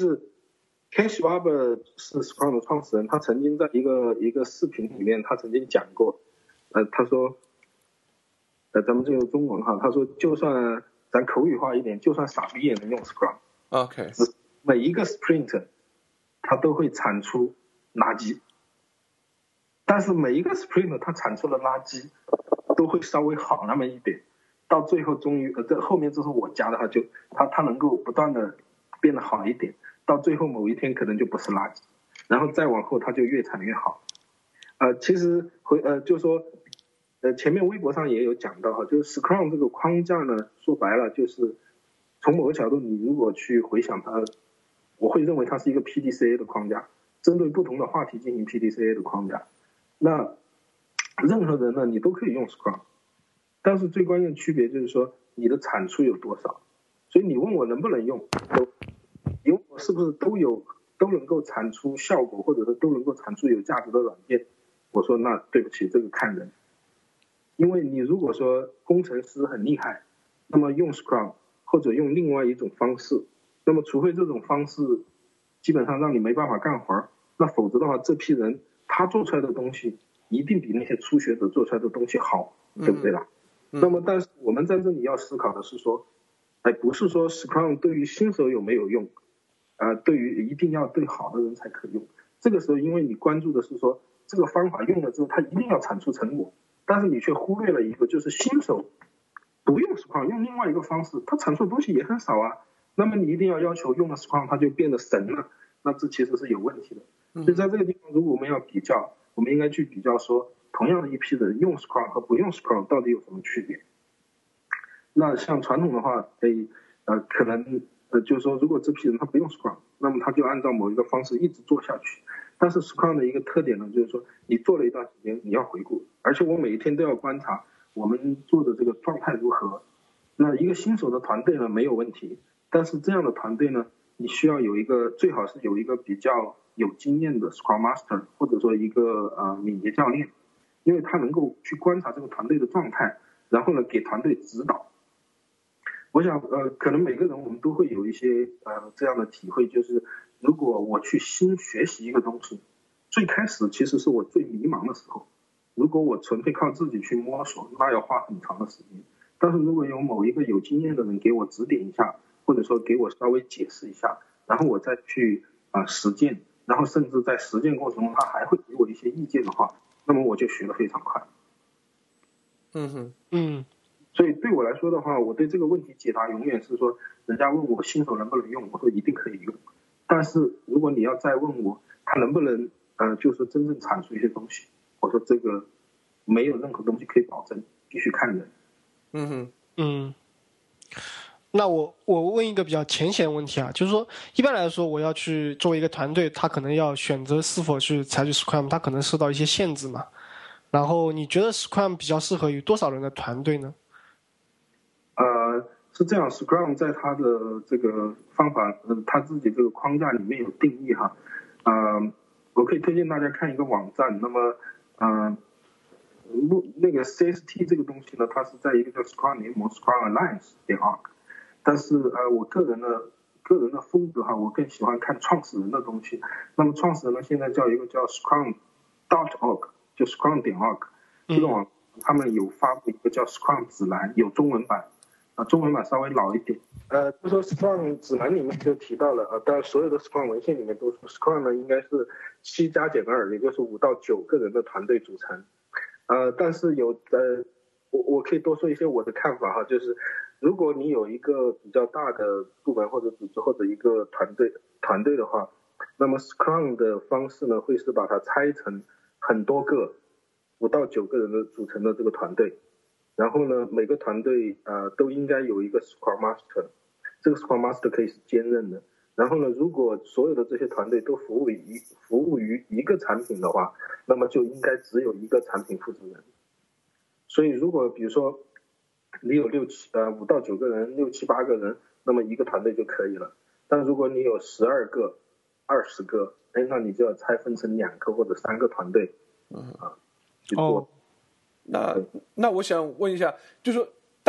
Ken Schwaber 是 Scrum 的创始人，他曾经在一个一个视频里面，他曾经讲过，呃，他说，呃，咱们这个中文哈，他说就算咱口语化一点，就算傻逼也能用 Scrum。OK。每一个 Sprint 它都会产出垃圾，但是每一个 Sprint 它产出的垃圾都会稍微好那么一点，到最后终于呃这后面这是我加的话，就它它能够不断的变得好一点，到最后某一天可能就不是垃圾，然后再往后它就越产越好。呃，其实回呃就说呃前面微博上也有讲到哈，就是 Scrum 这个框架呢，说白了就是从某个角度你如果去回想它。我会认为它是一个 P D C A 的框架，针对不同的话题进行 P D C A 的框架。那任何人呢，你都可以用 Scrum， 但是最关键的区别就是说你的产出有多少。所以你问我能不能用，都，你问我是不是都有都能够产出效果，或者说都能够产出有价值的软件，我说那对不起，这个看人。因为你如果说工程师很厉害，那么用 Scrum 或者用另外一种方式。那么，除非这种方式基本上让你没办法干活，那否则的话，这批人他做出来的东西一定比那些初学者做出来的东西好，对不对啦？嗯嗯、那么，但是我们在这里要思考的是说，哎，不是说 Scrum 对于新手有没有用，啊、呃，对于一定要对好的人才可用。这个时候，因为你关注的是说这个方法用了之后，它一定要产出成果，但是你却忽略了一个，就是新手不用 Scrum， 用另外一个方式，它产出的东西也很少啊。那么你一定要要求用了 Scrum 它就变得神了，那这其实是有问题的。所以在这个地方，如果我们要比较，我们应该去比较说，同样的一批人用 Scrum 和不用 Scrum 到底有什么区别？那像传统的话，诶，呃，可能呃，就是说，如果这批人他不用 Scrum， 那么他就按照某一个方式一直做下去。但是 Scrum 的一个特点呢，就是说，你做了一段时间，你要回顾，而且我每一天都要观察我们做的这个状态如何。那一个新手的团队呢，没有问题。但是这样的团队呢，你需要有一个，最好是有一个比较有经验的 Scrum Master， 或者说一个呃敏捷教练，因为他能够去观察这个团队的状态，然后呢给团队指导。我想呃，可能每个人我们都会有一些呃这样的体会，就是如果我去新学习一个东西，最开始其实是我最迷茫的时候，如果我纯粹靠自己去摸索，那要花很长的时间。但是如果有某一个有经验的人给我指点一下，或者说给我稍微解释一下，然后我再去啊、呃、实践，然后甚至在实践过程中他还会给我一些意见的话，那么我就学得非常快。 嗯哼， 嗯， 所以对我来说的话，我对这个问题解答永远是说，人家问我新手能不能用，我说一定可以用。但是如果你要再问我他能不能呃就是真正产出一些东西，我说这个没有任何东西可以保证，必须看人。 嗯哼， 嗯。那我我问一个比较浅显的问题啊，就是说一般来说我要去作为一个团队，他可能要选择是否去采取 Scrum， 他可能受到一些限制嘛。然后你觉得 Scrum 比较适合于多少人的团队呢？ 呃，是这样 ，Scrum 在它的这个方法，呃，它自己这个框架里面有定义哈。呃，我可以推荐大家看一个网站，那么，嗯、呃，那个 C S T 这个东西呢，它是在一个叫 Scrum 联盟 Scrum Alliance 点 org。但是呃，我个人的个人的风格哈，我更喜欢看创始人的东西。那么创始人呢，现在叫一个叫 Scrum dot org， 就 Scrum 点 org 这个网，他们有发布一个叫 Scrum 指南，有中文版，啊、呃，中文版稍微老一点。呃，就说 Scrum 指南里面就提到了，呃，当然所有的 Scrum 文献里面都说 Scrum 呢应该是七加减二，也就是五到九个人的团队组成。呃，但是有呃，我我可以多说一些我的看法哈，就是。如果你有一个比较大的部门或者组织或者一个团队团队的话，那么 Scrum 的方式呢，会是把它拆成很多个五到九个人的组成的这个团队，然后呢，每个团队呃都应该有一个 Scrum Master， 这个 Scrum Master 可以是兼任的。然后呢，如果所有的这些团队都服务于服务于一个产品的话，那么就应该只有一个产品负责人。所以如果比如说你有六七呃五到九个人，六七八个人，那么一个团队就可以了。但如果你有十二个、二十个，哎，那你就要拆分成两个或者三个团队，嗯啊，去做。 那那我想问一下，就是说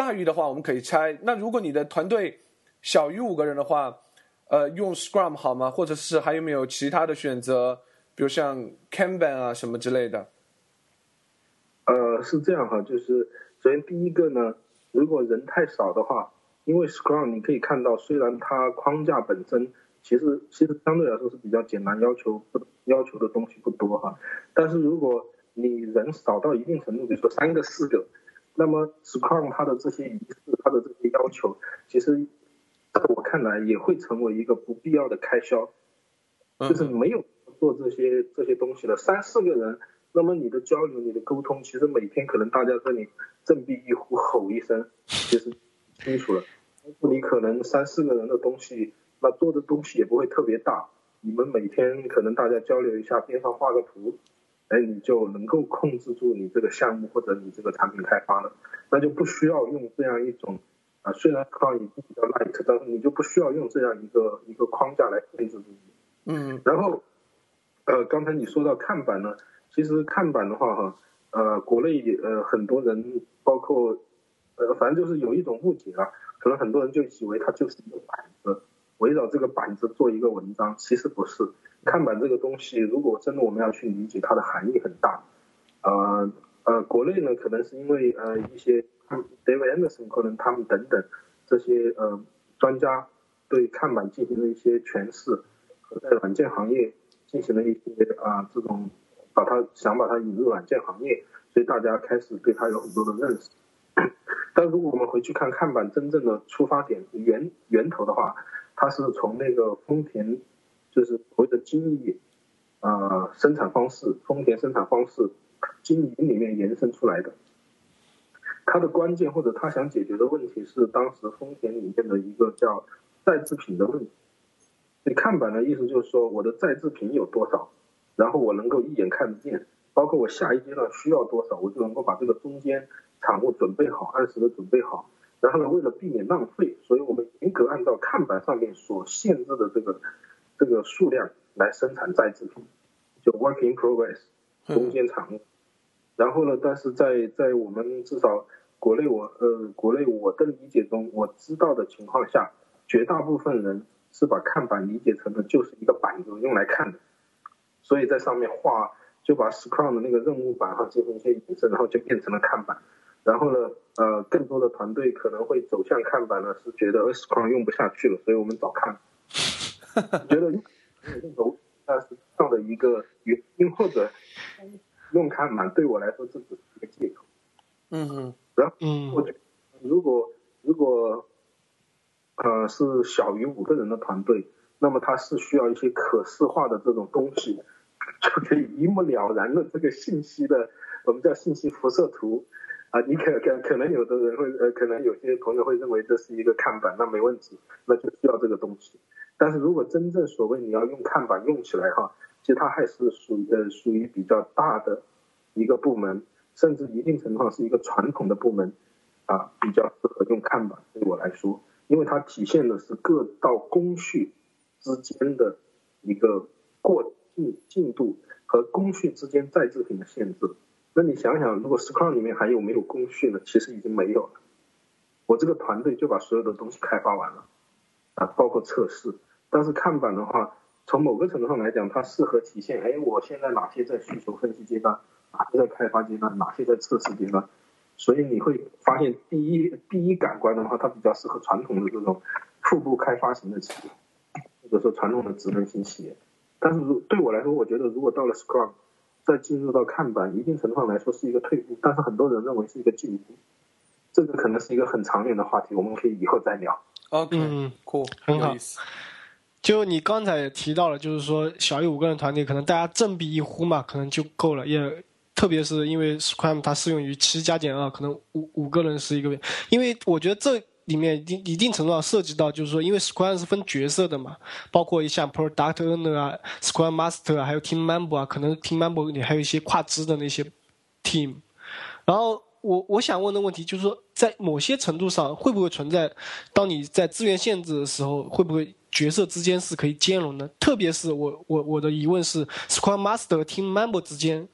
大于的话我们可以拆。那如果你的团队小于五个人的话，呃，用 Scrum 好吗？或者是还有没有其他的选择，比如像 Kanban 啊什么之类的？ 呃，是这样哈，就是首先第一个呢，如果人太少的话，因为 Scrum 你可以看到，虽然它框架本身其实其实相对来说是比较简单，要求不要求的东西不多哈，但是如果你人少到一定程度，比如说三个四个，那么 Scrum 它的这些仪式，它的这些要求，其实在我看来也会成为一个不必要的开销，就是没有做这些这些东西了，三四个人。那么你的交流、你的沟通，其实每天可能大家跟你振臂一呼、吼一声，其实清楚了。你可能三四个人的东西，那做的东西也不会特别大。你们每天可能大家交流一下，边上画个图，哎，你就能够控制住你这个项目或者你这个产品开发了。那就不需要用这样一种啊，虽然框已经比较 light， 但是你就不需要用这样一个一个框架来限制自己。 嗯， 然后，呃，刚才你说到看板呢。其实看板的话，哈，呃，国内呃很多人，包括呃，反正就是有一种误解啊，可能很多人就以为它就是一个板子，围绕这个板子做一个文章，其实不是。看板这个东西，如果真的我们要去理解，它的含义很大。呃呃，国内呢，可能是因为呃一些 David Anderson 可能他们等等这些呃专家对看板进行了一些诠释，和在软件行业进行了一些啊、呃、这种。把它想把它引入软件行业，所以大家开始对它有很多的认识。但如果我们回去看看板真正的出发点源源头的话，它是从那个丰田，就是所谓的精益呃生产方式，丰田生产方式经营里面延伸出来的。它的关键或者它想解决的问题是当时丰田里面的一个叫在制品的问题。所以看板的意思就是说，我的在制品有多少？然后我能够一眼看得见，包括我下一阶段需要多少，我就能够把这个中间产物准备好，按时的准备好。然后呢，为了避免浪费，所以我们严格按照看板上面所限制的这个这个数量来生产在制品，就 work in progress 中间产物。然后呢，但是在在我们至少国内我呃国内我的理解中，我知道的情况下，绝大部分人是把看板理解成的就是一个板子用来看的。所以在上面画，就把 Scrum 的那个任务板哈进行一些引申，然后就变成了看板。然后呢，呃，更多的团队可能会走向看板呢，是觉得 Scrum 用不下去了，所以我们找看板。觉得那是这样的一个原因，或者用看板对我来说这只是一个借口。 嗯嗯。 然后我觉得如果如果呃是小于五个人的团队。那么它是需要一些可视化的这种东西，就可以一目了然的这个信息的，我们叫信息辐射图啊。你可可可能有的人会呃，可能有些朋友会认为这是一个看板，那没问题，那就需要这个东西。但是如果真正所谓你要用看板用起来哈，其实它还是属于呃属于比较大的一个部门，甚至一定程度上是一个传统的部门啊，比较适合用看板。对我来说，因为它体现的是各道工序之间的一个过进进度和工序之间在制品的限制。那你想想，如果 Scrum 里面还有没有工序呢？其实已经没有了。我这个团队就把所有的东西开发完了，啊，包括测试。但是看板的话，从某个程度上来讲，它适合体现，哎，我现在哪些在需求分析阶段，哪些在开发阶段，哪些在测试阶段。所以你会发现，第一第一感官的话，它比较适合传统的这种腹部开发型的企业。或者说传统的职能型企业，但是如对我来说，我觉得如果到了 Scrum， 再进入到看板，一定程度上来说是一个退步，但是很多人认为是一个进步。这个可能是一个很长远的话题，我们可以以后再聊。 OK， 嗯， 酷， 很好。就你刚才也提到了，就是说小于五个人团队，可能大家振臂一呼嘛，可能就够了。也特别是因为 Scrum 它适用于七加减二，可能五五个人是一个，因为我觉得这。里面一定一定程度上涉及到，就是说，因为 Scrum 是分角色的嘛，包括像 Product Owner 啊、Scrum Master 啊，还有 Team Member 啊，可能 Team Member 里还有一些跨支的那些 Team。然后我我想问的问题就是说，在某些程度上，会不会存在，当你在资源限制的时候，会不会角色之间是可以兼容的？特别是我我我的疑问是 ，Scrum Master 和 Team Member 之间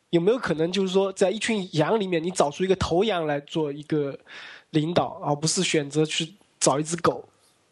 有没有可能就是说，在一群羊里面，你找出一个头羊来做一个领导，而不是选择去找一只狗？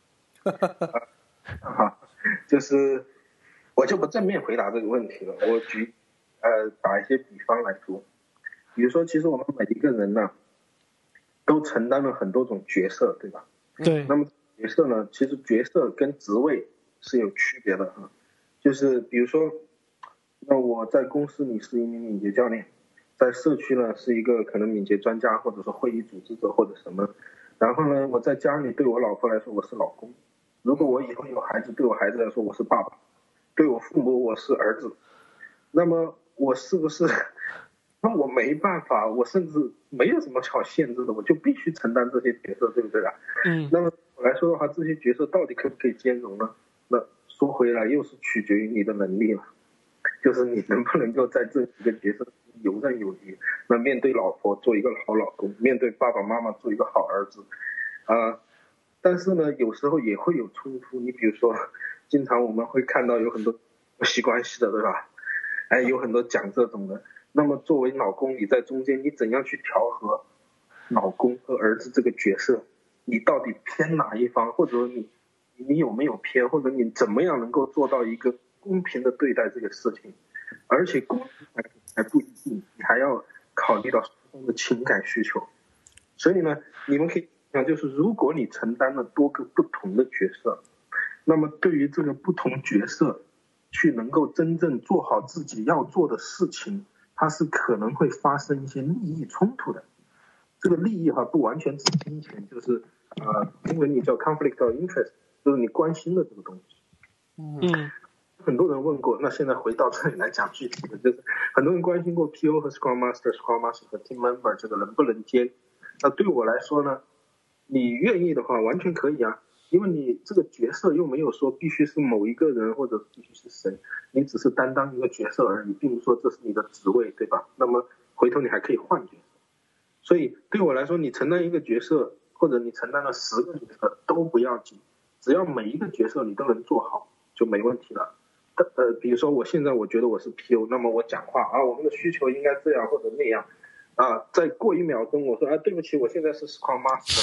哈，就是我就不正面回答这个问题了。我举呃打一些比方来说，比如说，其实我们每一个人呢，都承担了很多种角色，对吧？ 对。 那么角色呢，其实角色跟职位是有区别的哈。就是比如说，那我在公司里是一名敏捷教练，在社区呢是一个可能敏捷专家，或者说会议组织者或者什么。然后呢，我在家里对我老婆来说我是老公，如果我以后有孩子，对我孩子来说我是爸爸，对我父母我是儿子。那么我是不是？那我没办法，我甚至没有什么好限制的，我就必须承担这些角色，对不对啊？ 嗯。 那么我来说的话，这些角色到底可不可以兼容呢？那说回来，又是取决于你的能力了，就是你能不能够在这几个角色游刃有余。那面对老婆做一个好老公，面对爸爸妈妈做一个好儿子，啊、呃，但是呢，有时候也会有冲突。你比如说，经常我们会看到有很多不习关系的，对吧？哎，有很多讲这种的。那么作为老公，你在中间，你怎样去调和老公和儿子这个角色？你到底偏哪一方，或者说你你有没有偏，或者你怎么样能够做到一个公平的对待这个事情？而且公平还还不一定，你还要考虑到双方的情感需求。所以呢，你们可以想，就是如果你承担了多个不同的角色，那么对于这个不同角色去能够真正做好自己要做的事情，它是可能会发生一些利益冲突的。这个利益哈不完全指金钱，就是呃英文里叫 conflict of interest， 就是你关心的这个东西。 嗯。 很多人问过，那现在回到这里来讲具体的，就是很多人关心过 P O 和 Scrum Master、Scrum Master 和 Team Member 这个能不能兼。那对我来说呢，你愿意的话完全可以啊，因为你这个角色又没有说必须是某一个人或者必须是谁，你只是担当一个角色而已，并不说这是你的职位，对吧？那么回头你还可以换角色。所以对我来说，你承担一个角色，或者你承担了十个角色都不要紧，只要每一个角色你都能做好就没问题了。呃，比如说我现在我觉得我是 P O， 那么我讲话啊，我们的需求应该这样或者那样啊，再过一秒钟我说啊，对不起，我现在是 Scrum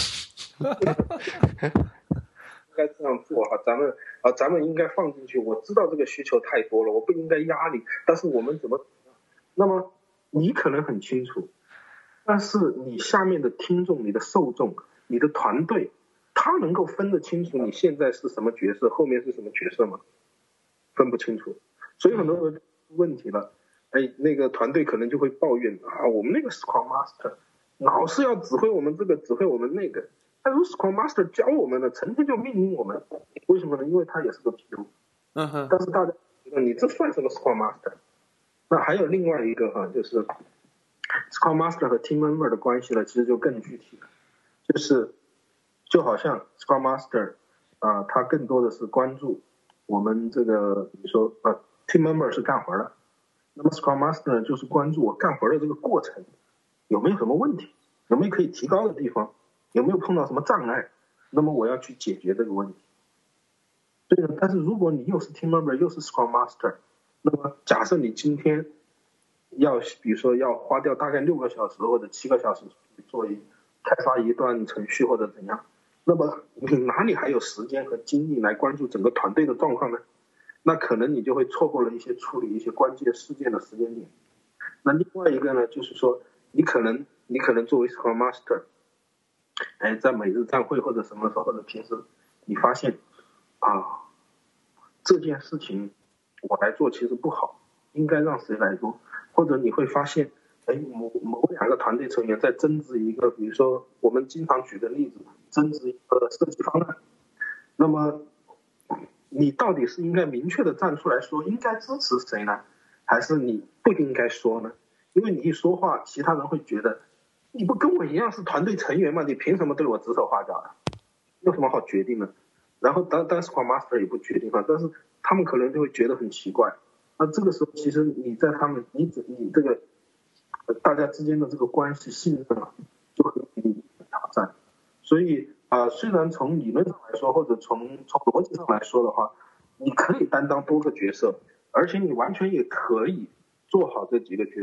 Master， 应该这样做哈，咱们啊，咱们应该放进去。我知道这个需求太多了，我不应该压你，但是我们怎么？那么你可能很清楚，但是你下面的听众、你的受众、你的团队，他能够分得清楚你现在是什么角色，后面是什么角色吗？分不清楚，所以很多人问题了。哎，那个团队可能就会抱怨啊，我们那个 Scrum Master 老是要指挥我们这个，指挥我们那个。他如 Scrum Master 教我们的，成天就命令我们，为什么呢？因为他也是个 P O。 嗯哼。 但是大家觉得你这算什么 Scrum Master？ 那还有另外一个哈，就是 Scrum Master 和 Team Member 的关系呢，其实就更具体了，就是就好像 Scrum Master 啊、呃，他更多的是关注我们这个，比如说呃 Team Member 是干活的，那么 Scrum Master 就是关注我干活的这个过程有没有什么问题，有没有可以提高的地方，有没有碰到什么障碍，那么我要去解决这个问题。所以呢，但是如果你又是 Team Member 又是 Scrum Master， 那么假设你今天要比如说要花掉大概六个小时或者七个小时做一开发一段程序或者怎样，那么你哪里还有时间和精力来关注整个团队的状况呢？那可能你就会错过了一些处理一些关键事件的时间点。那另外一个呢，就是说你可能你可能作为 Scrum Master， 哎，在每日站会或者什么时候或者平时，你发现啊，这件事情我来做其实不好，应该让谁来做？或者你会发现，哎，某某两个团队成员在争执一个，比如说我们经常举的例子，争执一个设计方案，那么你到底是应该明确的站出来说应该支持谁呢，还是你不应该说呢？因为你一说话，其他人会觉得你不跟我一样是团队成员吗？你凭什么对我指手画脚的？有什么好决定的？然后当当 Scrum Master 也不决定啊，但是他们可能就会觉得很奇怪。那这个时候，其实你在他们你你这个大家之间的这个关系信任啊，就很有挑战。所以啊、呃，虽然从理论上来说，或者从从逻辑上来说的话，你可以担当多个角色，而且你完全也可以做好这几个角色。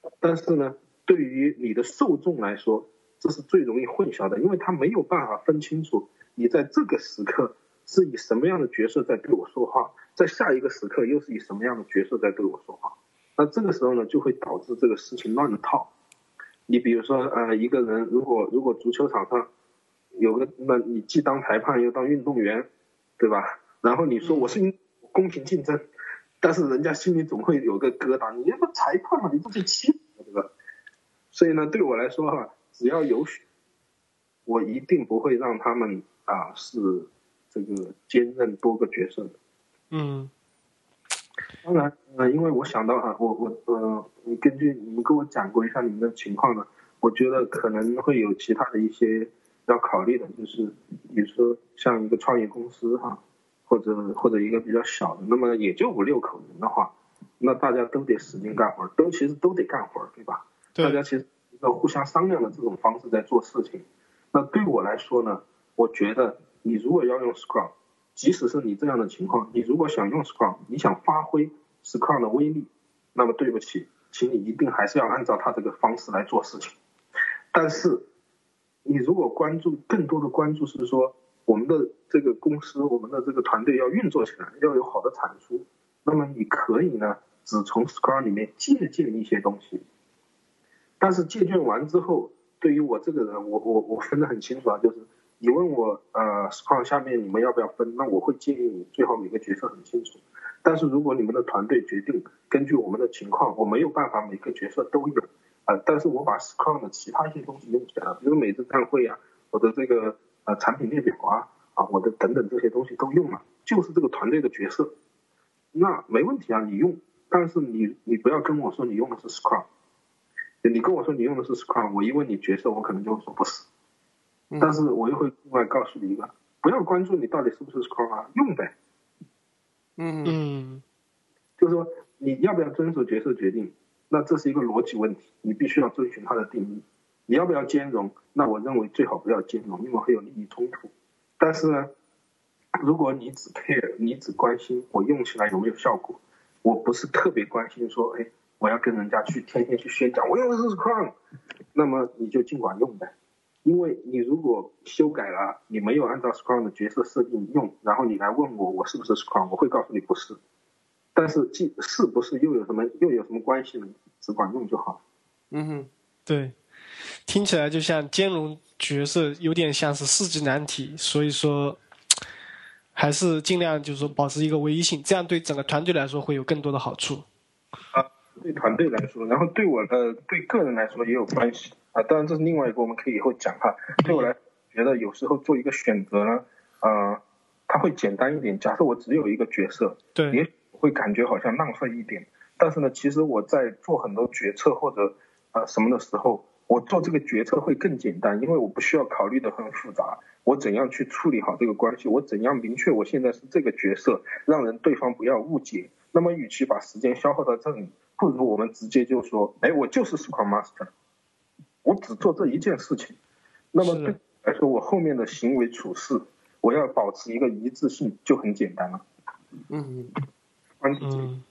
但是呢，对于你的受众来说，这是最容易混淆的，因为他没有办法分清楚你在这个时刻是以什么样的角色在对我说话，在下一个时刻又是以什么样的角色在对我说话。那这个时候呢，就会导致这个事情乱套。你比如说，呃，一个人如果如果足球场上有个，那你既当裁判又当运动员，对吧？然后你说我是公平竞争，但是人家心里总会有个疙瘩，你不裁判嘛，你不是欺负我，对吧？所以呢，对我来说哈，只要有选，我一定不会让他们啊是这个兼任多个角色的。 嗯， 当然，呃，因为我想到哈，我我呃，你根据你们跟我讲过一下你们的情况呢，我觉得可能会有其他的一些要考虑的，就是比如说像一个创业公司哈，或者或者一个比较小的，那么也就五六口人的话，那大家都得使劲干活，都其实都得干活，对吧？ 对， 大家其实要互相商量的这种方式在做事情。那对我来说呢，我觉得你如果要用 Scrum， 即使是你这样的情况，你如果想用 Scrum， 你想发挥 Scrum 的威力，那么对不起，请你一定还是要按照他这个方式来做事情。但是你如果关注更多的关注是说我们的这个公司，我们的这个团队要运作起来，要有好的产出，那么你可以呢只从 Scrum 里面借鉴一些东西。但是借鉴完之后，对于我这个人，我我我分得很清楚啊，就是你问我呃 Scrum 下面你们要不要分，那我会建议你最好每个角色很清楚。但是如果你们的团队决定根据我们的情况，我没有办法每个角色都有啊、呃，但是我把 Scrum 的其他一些东西用起来了，比如每次开会啊，我的这个呃产品列表啊啊，我的等等这些东西都用了，就是这个团队的角色，那没问题啊，你用，但是你你不要跟我说你用的是 Scrum。你跟我说你用的是 Scrum， 我一问你角色，我可能就会说不是，但是我又会另外告诉你一个，不要关注你到底是不是 Scrum 啊，用呗。 嗯嗯， 就是说你要不要遵守角色决定，那这是一个逻辑问题，你必须要遵循它的定义。你要不要兼容？那我认为最好不要兼容，因为会有利益冲突。但是呢，如果你只 care， 你只关心我用起来有没有效果，我不是特别关心说，哎。我要跟人家去天天去宣讲我用的是 Scrum， 那么你就尽管用呗，因为你如果修改了，你没有按照 Scrum 的角色设定用，然后你来问我我是不是 Scrum， 我会告诉你不是，但是既是不是又有什么又有什么关系呢？只管用就好。 嗯哼，对，听起来就像兼容角色有点像是世纪难题，所以说还是尽量就是说保持一个唯一性，这样对整个团队来说会有更多的好处。 啊，对团队来说，然后对我的对个人来说也有关系啊。当然这是另外一个，我们可以以后讲哈。对我来觉得有时候做一个选择呢，呃，它会简单一点。假设我只有一个角色， 对， 也会感觉好像浪费一点。但是呢，其实我在做很多决策或者呃什么的时候，我做这个决策会更简单，因为我不需要考虑的很复杂。我怎样去处理好这个关系？我怎样明确我现在是这个角色，让人对方不要误解。那么，与其把时间消耗到这里，不如我们直接就说：“哎，我就是 Scrum Master， 我只做这一件事情。”那么对来说，我后面的行为处事，我要保持一个一致性，就很简单了。 嗯嗯。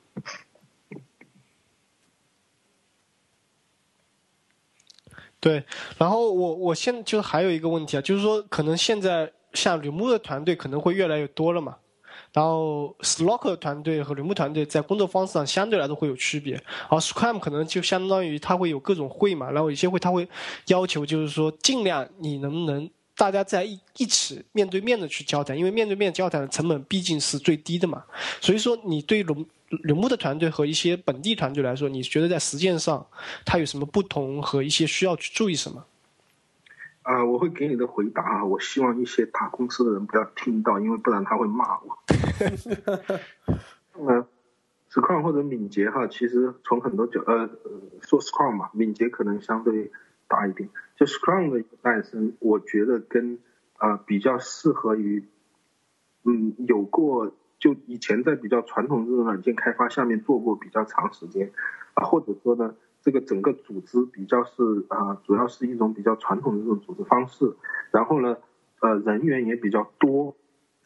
对，然后我我现就还有一个问题啊，就是说可能现在像Remove的团队可能会越来越多了嘛。然后 Slack 团队和Remove团队在工作方式上相对来说会有区别，而 Scrum 可能就相当于它会有各种会嘛，然后有些会它会要求就是说尽量你能不能大家在一一起面对面的去交谈，因为面对面交谈的成本毕竟是最低的嘛，所以说你对Remove的团队和一些本地团队来说，你觉得在实践上它有什么不同和一些需要去注意什么？ 啊、呃，我会给你的回答啊，我希望一些大公司的人不要听到，因为不然他会骂我。呃 ，Scrum 或者敏捷哈，其实从很多角呃说 Scrum 嘛，敏捷可能相对大一点。就 Scrum 的诞生，我觉得跟呃比较适合于嗯有过就以前在比较传统这种软件开发下面做过比较长时间啊，或者说呢。这个整个组织比较是啊、呃，主要是一种比较传统的这种组织方式，然后呢，呃，人员也比较多，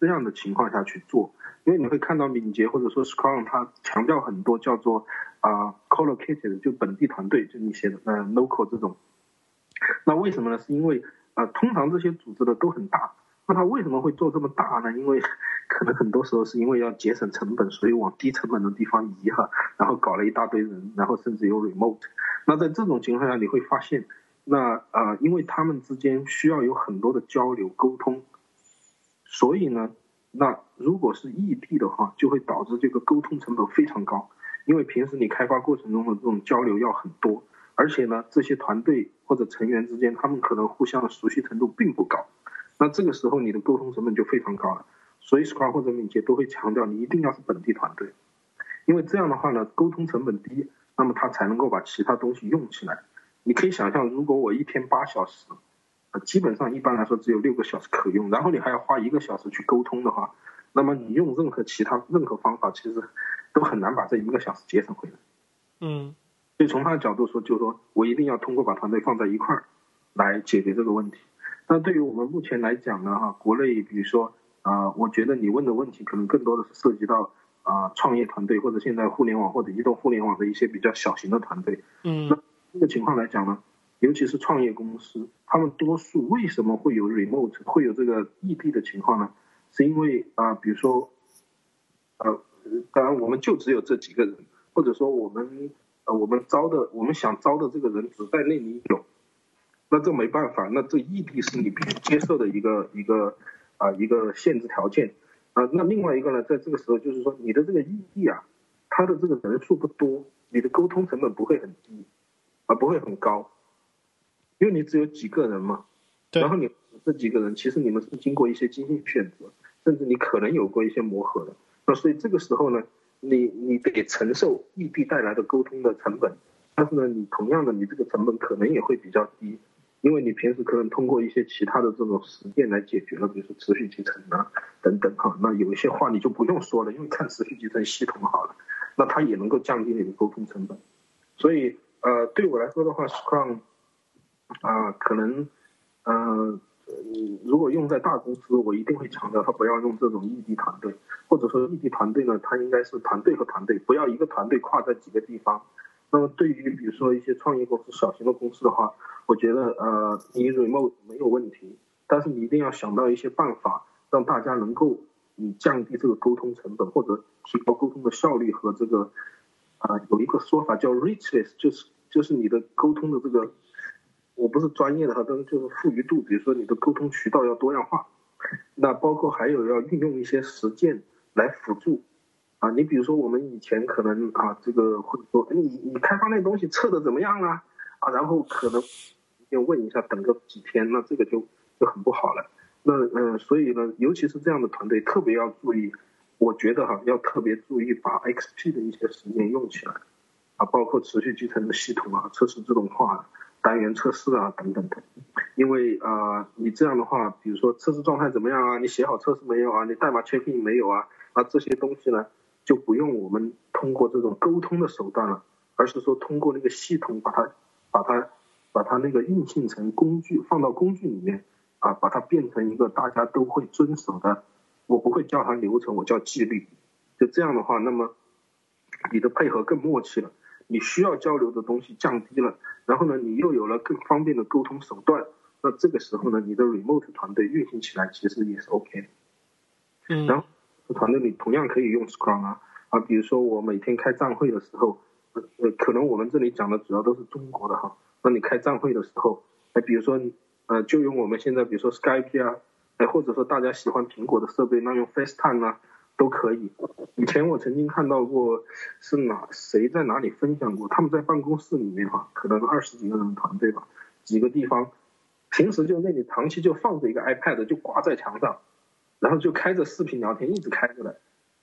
这样的情况下去做，因为你会看到敏捷或者说 Scrum 它强调很多叫做啊、呃、co-located 就本地团队，就你写的呃 local 这种。那为什么呢？是因为呃通常这些组织的都很大，那它为什么会做这么大呢？因为可能很多时候是因为要节省成本，所以往低成本的地方移哈，然后搞了一大堆人，然后甚至有 remote。那在这种情况下，你会发现，那呃因为他们之间需要有很多的交流沟通，所以呢，那如果是异地的话，就会导致这个沟通成本非常高，因为平时你开发过程中的这种交流要很多。而且呢，这些团队或者成员之间，他们可能互相的熟悉程度并不高，那这个时候你的沟通成本就非常高了。所以 Scrum 或者敏捷都会强调，你一定要是本地团队，因为这样的话呢，沟通成本低，那么他才能够把其他东西用起来。你可以想象，如果我一天八小时，基本上一般来说只有六个小时可用，然后你还要花一个小时去沟通的话，那么你用任何其他任何方法，其实都很难把这一个小时节省回来。 嗯。 所以从他的角度说，就是说我一定要通过把团队放在一块儿来解决这个问题。那对于我们目前来讲呢，哈，国内比如说啊、呃，我觉得你问的问题可能更多的是涉及到啊、呃、创业团队或者现在互联网或者移动互联网的一些比较小型的团队。 嗯。 那这个情况来讲呢，尤其是创业公司，他们多数为什么会有 remote 会有这个异地的情况呢？是因为啊、呃，比如说呃，当然我们就只有这几个人，或者说我们。呃，我们招的，我们想招的这个人只在那里有，那这没办法，那这异地是你必须接受的一个一个啊、呃、一个限制条件啊、呃。那另外一个呢，在这个时候就是说，你的这个异地啊，它的这个人数不多，你的沟通成本不会很低，啊不会很高，因为你只有几个人嘛，然后你这几个人其实你们是经过一些精心选择，甚至你可能有过一些磨合的，那所以这个时候呢。你你得承受异地带来的沟通的成本，但是呢，你同样的你这个成本可能也会比较低，因为你平时可能通过一些其他的这种实践来解决了，比如说持续集成啊等等哈，那有一些话你就不用说了，因为看持续集成系统好了，那它也能够降低你的沟通成本。所以呃，对我来说的话 ，Scrum 啊、呃，可能呃。如果用在大公司，我一定会强调他不要用这种异地团队，或者说异地团队呢，它应该是团队和团队，不要一个团队跨在几个地方。那么对于比如说一些创业公司、小型的公司的话，我觉得呃，你 remote 没有问题，但是你一定要想到一些办法，让大家能够你降低这个沟通成本，或者提高沟通的效率和这个啊、呃，有一个说法叫 richness， 就是就是你的沟通的这个。我不是专业的哈，但是就是富余度，比如说你的沟通渠道要多样化，那包括还有要运用一些实践来辅助啊。你比如说我们以前可能啊，这个会说，你你开发那东西测的怎么样啊？啊，然后可能要问一下，等个几天，那这个就就很不好了。那嗯、呃，所以呢，尤其是这样的团队，特别要注意，我觉得哈，要特别注意把 X P 的一些实践用起来啊，包括持续集成的系统啊，测试自动化。单元测试啊，等等的，因为啊、呃，你这样的话，比如说测试状态怎么样啊？你写好测试没有啊？你代码 check in 没有啊？那这些东西呢，就不用我们通过这种沟通的手段了，而是说通过那个系统把它、把它、把它那个运行成工具，放到工具里面啊，把它变成一个大家都会遵守的，我不会叫它流程，我叫纪律。就这样的话，那么你的配合更默契了。你需要交流的东西降低了，然后呢，你又有了更方便的沟通手段，那这个时候呢，你的 remote 团队运行起来其实也是 OK 的。 嗯。 然后团队里同样可以用 Scrum 啊，啊，比如说我每天开站会的时候，呃，可能我们这里讲的主要都是中国的哈，那你开站会的时候，哎，比如说呃，就用我们现在比如说 Skype 啊，哎，或者说大家喜欢苹果的设备，那用 FaceTime 啊。都可以。以前我曾经看到过，是哪谁在哪里分享过，他们在办公室里面哈，可能二十几个人的团队吧，几个地方，平时就那里长期就放着一个 iPad， 就挂在墙上，然后就开着视频聊天，一直开着的。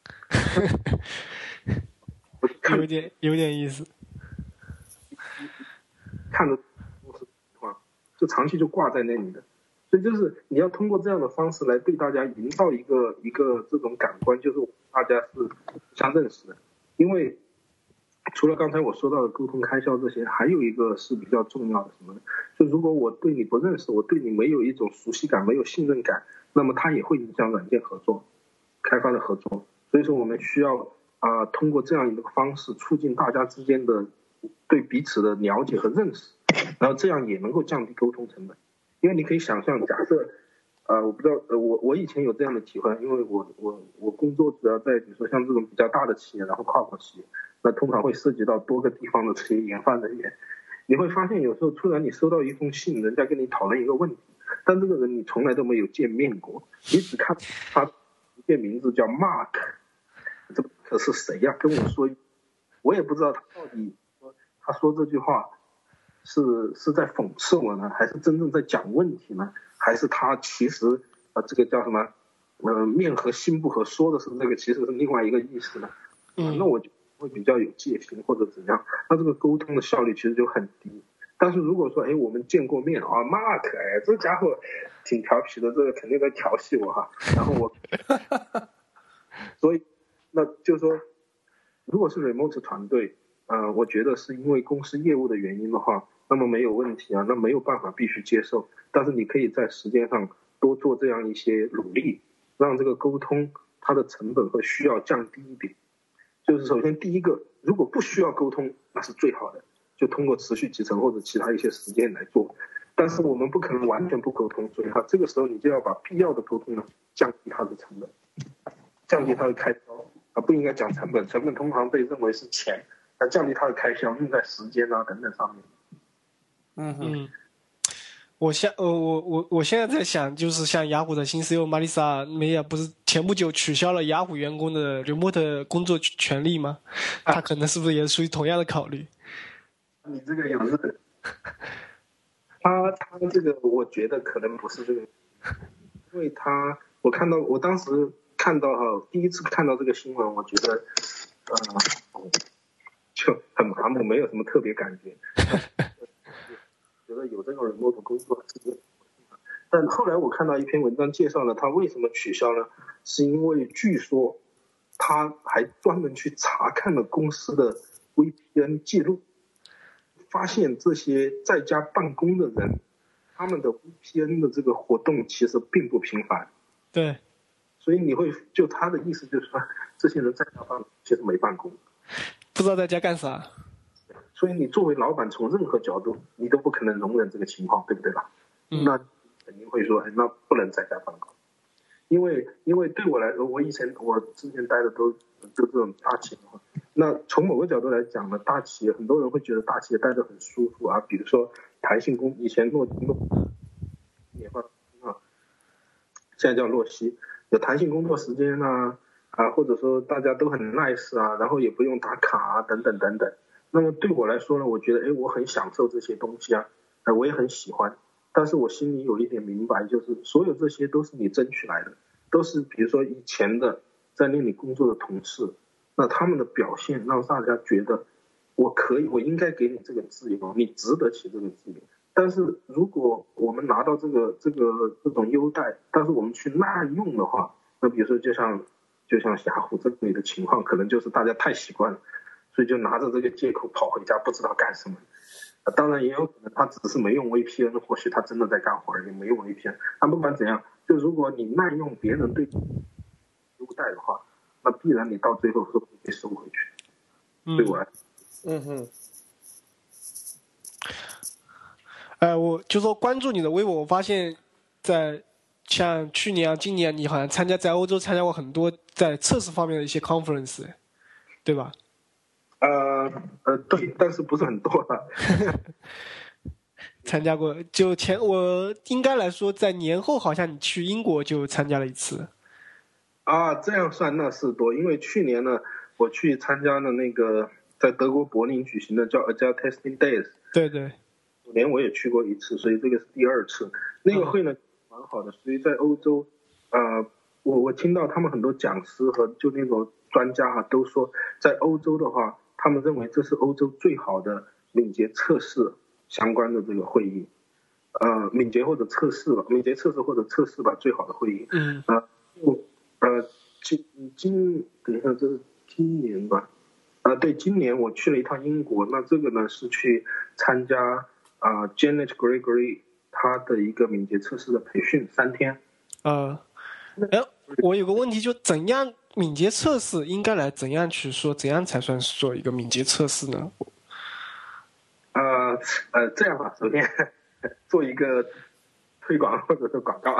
有点有点意思。 看着就长期就挂在那里的。所以就是你要通过这样的方式来对大家营造一个一个这种感官，就是大家是相认识的。因为除了刚才我说到的沟通开销这些，还有一个是比较重要的什么呢？就如果我对你不认识，我对你没有一种熟悉感，没有信任感，那么它也会影响软件合作。 开发的合作，所以说我们需要啊、呃、通过这样一个方式促进大家之间的对彼此的了解和认识，然后这样也能够降低沟通成本。因为你可以想象，假设啊、呃、我不知道呃我我以前有这样的体会，因为我我我工作主要在比如说像这种比较大的企业，然后跨国企业，那通常会涉及到多个地方的这些研发人员。你会发现有时候突然你收到一封信，人家跟你讨论一个问题，但这个人你从来都没有见面过，你只看他一个名字叫 Mark， 这可是谁呀、啊？跟我说，我也不知道他到底他说这句话是是在讽刺我呢，还是真正在讲问题呢？还是他其实啊、呃、这个叫什么呃面和心不和，说的是这个其实是另外一个意思呢？嗯，那我就会比较有戒心或者怎样，那这个沟通的效率其实就很低。但是如果说哎我们见过面啊 ，Mark 哎这家伙挺调皮的，这个肯定在调戏我哈，然后我，所以那就是说，如果是 remote 团队，呃，我觉得是因为公司业务的原因的话，那么没有问题啊，那没有办法必须接受，但是你可以在时间上多做这样一些努力，让这个沟通它的成本和需要降低一点。就是首先第一个，如果不需要沟通，那是最好的，就通过持续集成或者其他一些实践来做。但是我们不可能完全不沟通，所以它这个时候你就要把必要的沟通呢降低它的成本，降低它的开销啊，不应该讲成本，成本通常被认为是钱，那降低它的开销用在时间啊等等上面。 嗯嗯。我现呃我我我现在在想，就是像雅虎的新 C E O 玛丽莎梅亚不是前不久取消了雅虎员工的 remote 工作权利吗？他可能是不是也属于同样的考虑？ 你这个有这个，他他这个我觉得可能不是这个，因为他我看到我当时看到哈，第一次看到这个新闻，我觉得呃就很麻木，没有什么特别感觉。觉得有这种 remote 工作是，但后来我看到一篇文章介绍了他为什么取消呢？是因为据说他还专门去查看了公司的 V P N 记录，发现这些在家办公的人，他们的 V P N 的这个活动其实并不频繁。 对， 所以你会就他的意思就是说，这些人在家办公其实没办公， 不知道在家干啥。 所以你作为老板，从任何角度，你都不可能容忍这个情况，对不对吧？嗯、那肯定会说，哎，那不能在家办公，因为因为对我来说，我以前我之前待的都就这种大企业的话，那从某个角度来讲呢，大企业很多人会觉得大企业待着很舒服啊，比如说弹性工，以前诺诺也换啊，现在叫洛西，有弹性工作时间啊啊，或者说大家都很 nice 啊，然后也不用打卡啊，等等等等。那么对我来说呢，我觉得哎，我很享受这些东西啊，哎，我也很喜欢。但是我心里有一点明白，就是所有这些都是你争取来的，都是比如说以前的在那里工作的同事，那他们的表现让大家觉得我可以，我应该给你这个自由，你值得起这个自由。但是如果我们拿到这个这个这种优待，但是我们去滥用的话，那比如说就像就像雅虎这里的情况，可能就是大家太习惯了。所以就拿着这个借口跑回家，不知道干什么。当然也有可能他只是没用 V P N， 或许他真的在干活而已，没用 V P N。但不管怎样，就如果你滥用别人对优待的话，那必然你到最后是会被收回去。 嗯、 对我来说， 嗯哼。 呃，我就说关注你的微博，我发现，在像去年啊、今年，你好像参加在欧洲参加过很多在测试方面的一些 conference， 对吧？ 呃呃，对，但是不是很多了。 参加过，就前我应该来说，在年后好像你去英国就参加了一次。 啊，这样算那是多，因为去年呢，我去参加了那个在德国柏林举行的叫 Agile Testing Days。 对对。 去年我也去过一次，所以这个是第二次。那个会呢蛮好的，所以在欧洲，呃，我我听到他们很多讲师和就那种专家哈、啊、都说，在欧洲的话。他们认为这是欧洲最好的敏捷测试相关的这个会议，呃，敏捷或者测试吧，敏捷测试或者测试吧，最好的会议。 嗯。 呃，呃，今今等一下，这是今年吧？啊、呃，对，今年我去了一趟英国，那这个呢是去参加啊、呃、Janet Gregory 他的一个敏捷测试的培训三天。 呃，哎， 我有个问题，就怎样敏捷测试应该来怎样去说，怎样才算是做一个敏捷测试呢？ 呃呃，这样吧，首先做一个推广或者是广告。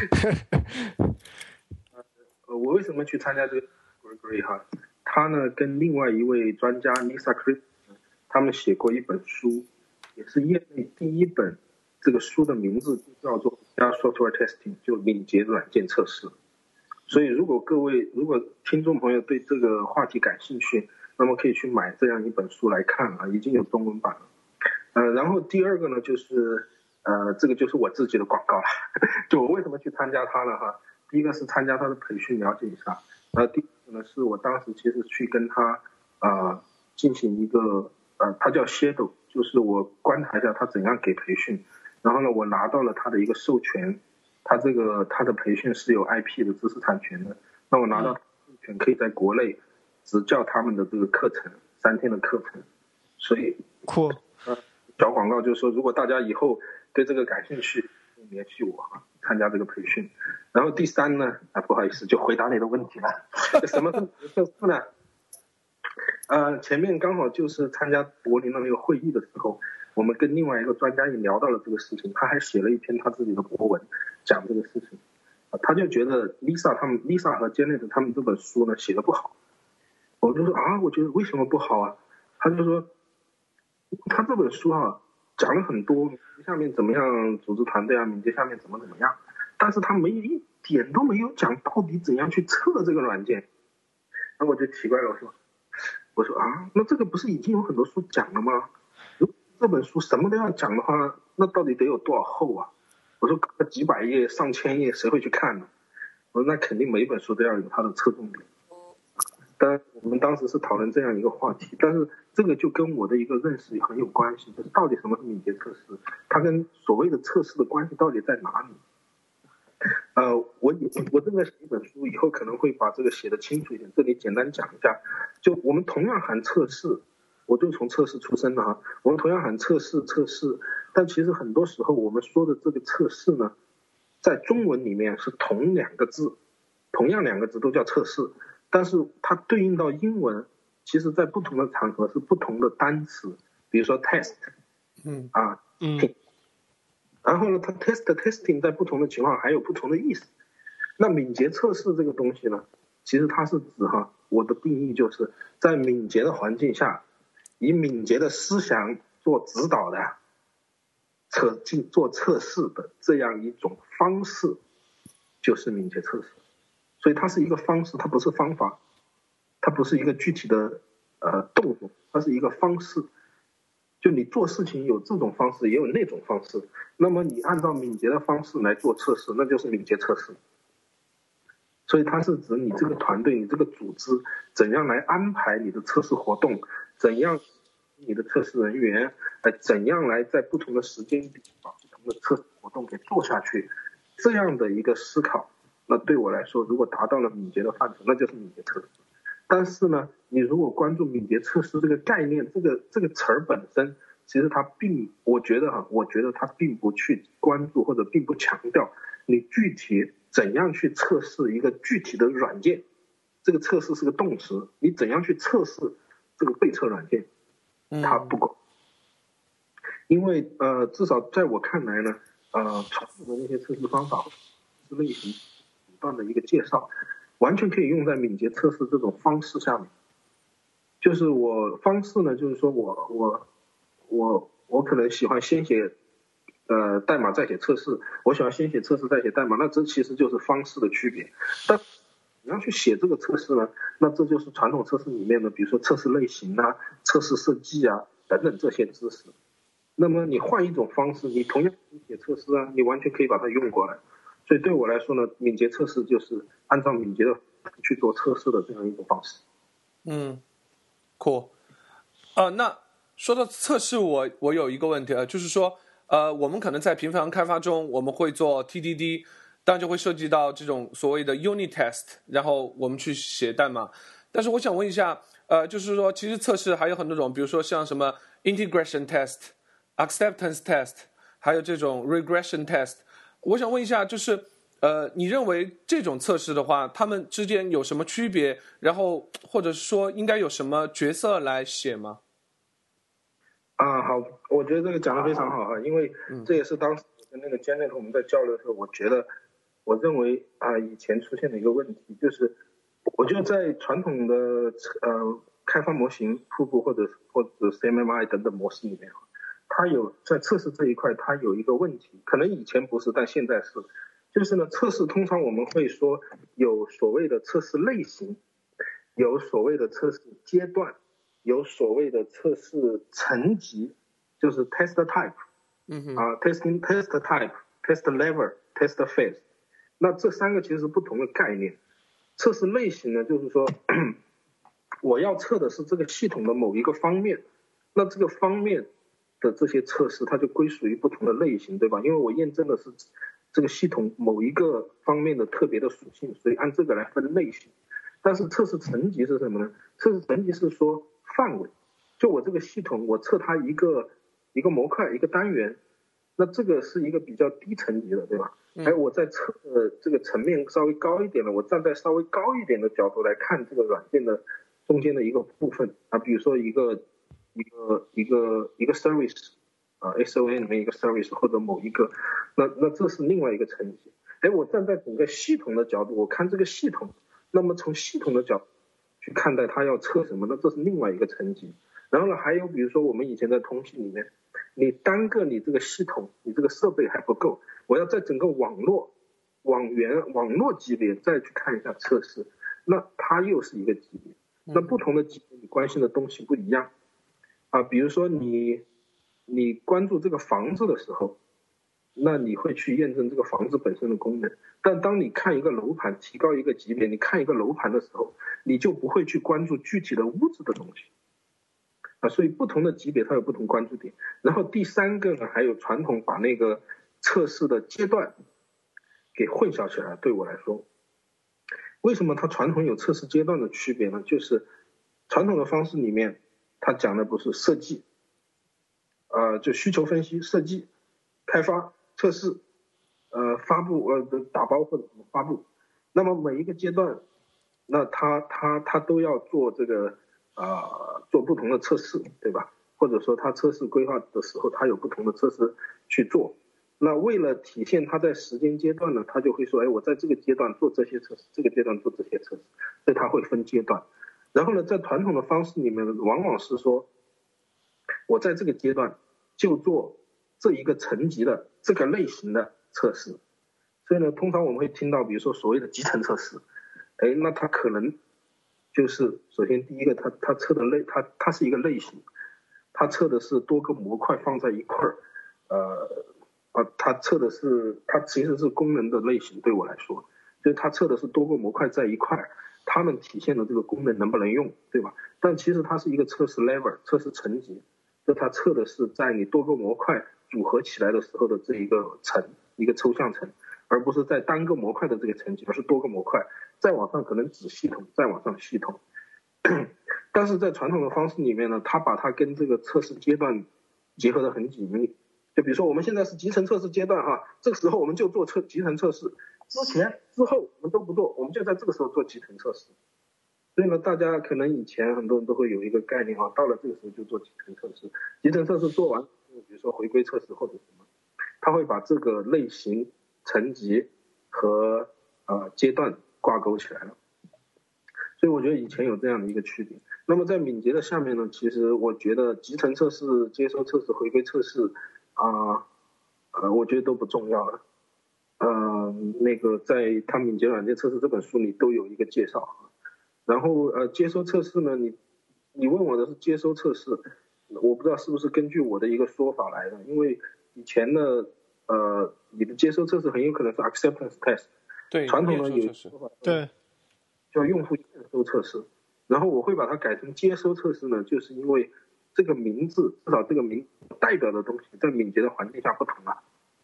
呃，我为什么去参加这个 Gregory 哈？他呢跟另外一位专家 Lisa Chris， 他们写过一本书，也是业内第一本。这个书的名字就叫做 Software Testing， 就敏捷软件测试。所以，如果各位如果听众朋友对这个话题感兴趣，那么可以去买这样一本书来看啊，已经有中文版了。呃，然后第二个呢，就是呃，这个就是我自己的广告了。就我为什么去参加它呢？哈，第一个是参加他的培训，了解一下。呃，第二个呢，是我当时其实去跟他呃进行一个呃，他叫 Shadow， 就是我观察一下他怎样给培训。然后呢，我拿到了他的一个授权，他这个他的培训是有 I P 的知识产权的。那我拿到授权，可以在国内执教他们的这个课程，三天的课程。所以， 酷。 呃，小广告就是说，如果大家以后对这个感兴趣，联系我啊，参加这个培训。然后第三呢，啊，不好意思，就回答你的问题了。什么是测试呢？呃，前面刚好就是参加柏林的那个会议的时候。我们跟另外一个专家也聊到了这个事情，他还写了一篇他自己的博文讲这个事情，他就觉得 Lisa 他们 Lisa 和 Janet 他们这本书呢写的不好，我就说啊，我觉得为什么不好啊？他就说，他这本书啊讲了很多下面怎么样组织团队啊，敏捷下面怎么怎么样，但是他没有一点都没有讲到底怎样去测这个软件。那我就奇怪了，我说，我说啊，那这个不是已经有很多书讲了吗？这本书什么都要讲的话，那到底得有多少厚啊？我说几百页、上千页，谁会去看呢？我说那肯定每一本书都要有它的侧重点。当然，我们当时是讨论这样一个话题，但是这个就跟我的一个认识很有关系，就是到底什么是敏捷测试，它跟所谓的测试的关系到底在哪里？呃，我我正在写一本书，以后可能会把这个写得清楚一点。这里简单讲一下，就我们同样喊测试。我就从测试出身的哈，我们同样喊测试测试，但其实很多时候我们说的这个测试呢，在中文里面是同两个字，同样两个字都叫测试，但是它对应到英文，其实在不同的场合是不同的单词，比如说 test， 嗯啊嗯， 然后呢，它 test testing 在不同的情况还有不同的意思。那敏捷测试这个东西呢，其实它是指哈，我的定义就是在敏捷的环境下。以敏捷的思想做指导的测进做测试的这样一种方式，就是敏捷测试。所以它是一个方式，它不是方法，它不是一个具体的呃动作，它是一个方式。就你做事情有这种方式，也有那种方式。那么你按照敏捷的方式来做测试，那就是敏捷测试。所以它是指你这个团队、你这个组织怎样来安排你的测试活动，怎样你的测试人员，呃，怎样来在不同的时间点把不同的测试活动给做下去，这样的一个思考，那对我来说，如果达到了敏捷的范畴，那就是敏捷测试。但是呢，你如果关注敏捷测试这个概念，这个这个词儿本身，其实它并，我觉得哈，我觉得它并不去关注或者并不强调你具体怎样去测试一个具体的软件，这个测试是个动词，你怎样去测试这个被测软件，它不管。因为呃，至少在我看来呢，呃，传统的那些测试方法是类型不断的一个介绍。完全可以用在敏捷测试这种方式下面。就是我方式呢，就是说我我我我可能喜欢先写呃代码再写测试，我喜欢先写测试再写代码，那这其实就是方式的区别。但你要去写这个测试呢，那这就是传统测试里面的，比如说测试类型啊、测试设计啊等等这些知识。那么你换一种方式，你同样写测试啊，你完全可以把它用过来。所以对我来说呢，敏捷测试就是按照敏捷的去做测试的这样一种方式。 嗯 ，cool。呃，那说到测试我，我我有一个问题啊，就是说，呃，我们可能在频繁开发中，我们会做 T D D， 当然就会涉及到这种所谓的 unit test， 然后我们去写代码。但是我想问一下，呃，就是说，其实测试还有很多种，比如说像什么 integration test、acceptance test， 还有这种 regression test。我想问一下，就是呃，你认为这种测试的话，他们之间有什么区别？然后或者说应该有什么角色来写吗？ 啊，好，我觉得这个讲得非常好哈，因为这也是当时跟那个 Janet 我们在交流的时候，我觉得，我认为啊，以前出现的一个问题就是，我觉得在传统的呃开发模型、瀑布或者或者 C M M I 等等模式里面，它有在测试这一块，它有一个问题，可能以前不是，但现在是，就是呢，测试通常我们会说有所谓的测试类型，有所谓的测试阶段。有所谓的测试层级，就是 test type， 嗯哼， 啊 testing test type、test level、test phase， 那这三个其实是不同的概念。测试类型呢，就是说我要测的是这个系统的某一个方面，那这个方面的这些测试，它就归属于不同的类型，对吧？因为我验证的是这个系统某一个方面的特别的属性，所以按这个来分类型。但是测试层级是什么呢？测试层级是说范围，就我这个系统，我测它一个一个模块一个单元，那这个是一个比较低层级的，对吧？哎，我在测呃这个层面稍微高一点的，我站在稍微高一点的角度来看这个软件的中间的一个部分啊，比如说一个一个一个一个 service 啊 S O N 里面一个 service 或者某一个，那那这是另外一个层级。哎，我站在整个系统的角度，我看这个系统，那么从系统的角度去看待它要测什么呢？这是另外一个层级。然后呢，还有比如说我们以前在通信里面，你单个你这个系统，你这个设备还不够，我要在整个网络、网源、网络级别再去看一下测试，那它又是一个级别。那不同的级别你关心的东西不一样啊。比如说你你关注这个房子的时候，那你会去验证这个房子本身的功能，但当你看一个楼盘提高一个级别，你看一个楼盘的时候，你就不会去关注具体的屋子的东西啊。所以不同的级别它有不同关注点。然后第三个呢，还有传统把那个测试的阶段给混淆起来。对我来说，为什么它传统有测试阶段的区别呢？就是传统的方式里面，它讲的不是设计，呃，就需求分析、设计、开发。测试，呃，发布，呃，打包或者怎么发布，那么每一个阶段，那他他他都要做这个啊、呃，做不同的测试，对吧？或者说他测试规划的时候，他有不同的测试去做。那为了体现他在时间阶段呢，他就会说，哎，我在这个阶段做这些测试，这个阶段做这些测试，所以他会分阶段。然后呢，在传统的方式里面，往往是说，我在这个阶段就做这一个层级的这个类型的测试，所以呢，通常我们会听到，比如说所谓的集成测试，哎，那它可能就是首先第一个，它它测的类，它它是一个类型，它测的是多个模块放在一块儿，呃，啊，它测的是它其实是功能的类型，对我来说，就是它测的是多个模块在一块儿，它们体现的这个功能能不能用，对吧？但其实它是一个测试 level， 测试层级，就它测的是在你多个模块组合起来的时候的这一个层，一个抽象层，而不是在单个模块的这个层级，而是多个模块，再往上可能子系统，再往上系统。但是在传统的方式里面呢，它把它跟这个测试阶段结合得很紧密。就比如说我们现在是集成测试阶段哈，这个时候我们就做测集成测试，之前之后我们都不做，我们就在这个时候做集成测试。所以呢，大家可能以前很多人都会有一个概念啊，到了这个时候就做集成测试，集成测试做完，比如说回归测试或者什么，他会把这个类型、层级和呃阶段挂钩起来了。所以我觉得以前有这样的一个区别。那么在敏捷的下面呢，其实我觉得集成测试、接收测试、回归测试啊，呃，我觉得都不重要了。呃，那个在他敏捷软件测试这本书里都有一个介绍。然后呃，接收测试呢，你你问我的是接收测试，我不知道是不是根据我的一个说法来的，因为以前呢，呃，你的接收测试很有可能是 acceptance test， 对， 传统的有说法， 对， 叫用户验收测试，然后我会把它改成接收测试呢，就是因为这个名字，至少这个名代表的东西在敏捷的环境下不同啊。